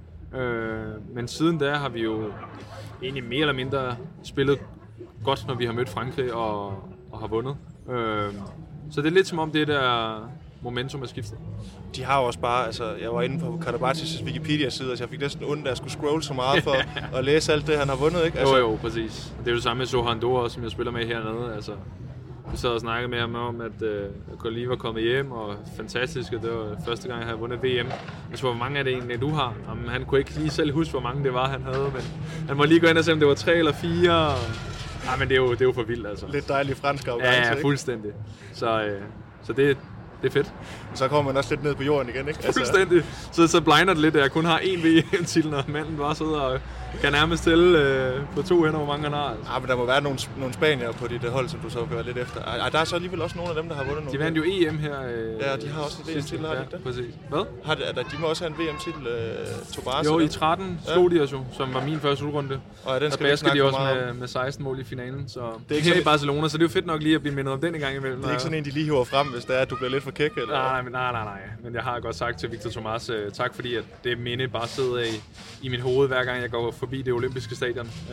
Øh, men siden da har vi jo egentlig mere eller mindre spillet godt, når vi har mødt Frankrig og, og har vundet. Øh, så det er lidt som om det der momentum er skiftet. De har jo også bare, altså jeg var inde på Karabatic' Wikipedia-side, altså jeg fik næsten ondt, at jeg skulle scrolle så meget for at læse alt det, han har vundet, ikke? Altså... Jo, jo, præcis. Det er jo det samme med Sohan Dor, som jeg spiller med hernede, altså. Vi sad og snakkede med ham om, at øh, Koli var kommet hjem, og fantastisk, og det var første gang, jeg havde vundet V M. Altså, hvor mange af det egentlig, du har? Jamen, han kunne ikke lige selv huske, hvor mange det var, han havde, men han må lige gå ind og se, om det var tre eller fire. Nej, men det er jo, det er jo for vildt, altså. Lidt dejlig fransk afgang, ja, ja, fuldstændig. Så, øh, så det, det er fedt. Så kommer man også lidt ned på jorden igen, ikke? Altså... Fuldstændig. Så, så blinder det lidt, at jeg kun har én V M-titel, når manden bare sidder og kan nærmest tælle øh, på to hænder, hvor mange han har. Altså. Ja, men der må være nogle, nogle spanier på dit hold, som du så kan være lidt efter. Ej, der er så alligevel også nogle af dem, der har vundet nogle. De vandt jo E M her. Øh, ja, de har også en V M-titel, har de ja, det? Præcis. Hvad? Har de, der, de må også have en V M-titel, øh, Tobias. Jo, i tretten slog de os jo, som var min første udrunde. Og den skal der basker de også med, med seksten mål i finalen, så det er ikke her i Barcelona, så det er jo fedt nok lige at blive mindet om den en gang imellem. Det er ikke sådan en, de lige hiver frem, hvis det er, at du bliver lidt for kæk, eller? Nej, nej, nej, nej, nej. Men jeg har godt sagt til Victor Thomas, uh, tak fordi at det minde bare sidder i, i mit hoved, hver gang jeg går forbi det olympiske stadion. Uh,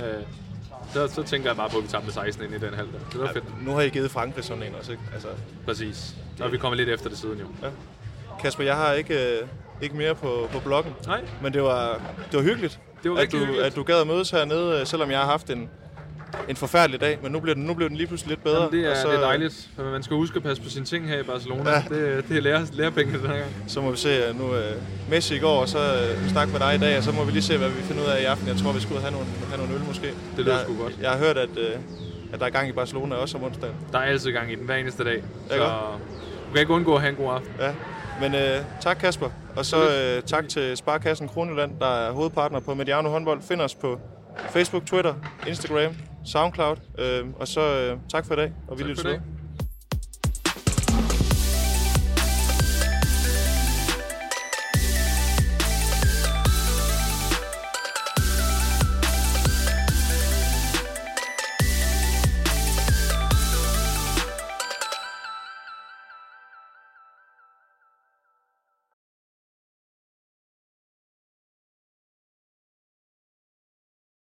så, så tænker jeg bare på, at vi tabte med seksten ind i den halv der. Det var ja, fedt. Nu har I givet Frankrig sådan en også, ikke? Altså, præcis. Og vi kommer lidt efter det siden jo. Ja. Kasper, jeg har ikke, øh, ikke mere på, på bloggen. Nej. Men det var, det var hyggeligt, det var at, du, hyggeligt. at du gad at mødes hernede, selvom jeg har haft en, en forfærdelig dag. Men nu bliver den, nu bliver den lige pludselig lidt bedre. Jamen, det, er, og så, det er dejligt. Man skal huske at passe på sine ting her i Barcelona. Ja. Det, det er lære, lærepenge den her gang. Så må vi se nu uh, Messi i går, og så uh, snakke med dig i dag. Og så må vi lige se, hvad vi finder ud af i aften. Jeg tror, vi skal ud og have nogle, have nogle øl måske. Det lyder sgu godt. Jeg har hørt, at, uh, at der er gang i Barcelona også om onsdagen. Der er altid gang i den hver eneste dag. Så du kan ikke undgå at have en god aften. Ja. Men uh, tak Kasper, og så uh, tak til Sparkassen Kronjylland, der er hovedpartner på Mediano Håndbold. Find os på Facebook, Twitter, Instagram, SoundCloud, uh, og så uh, tak for i dag, og vi lyttes ved.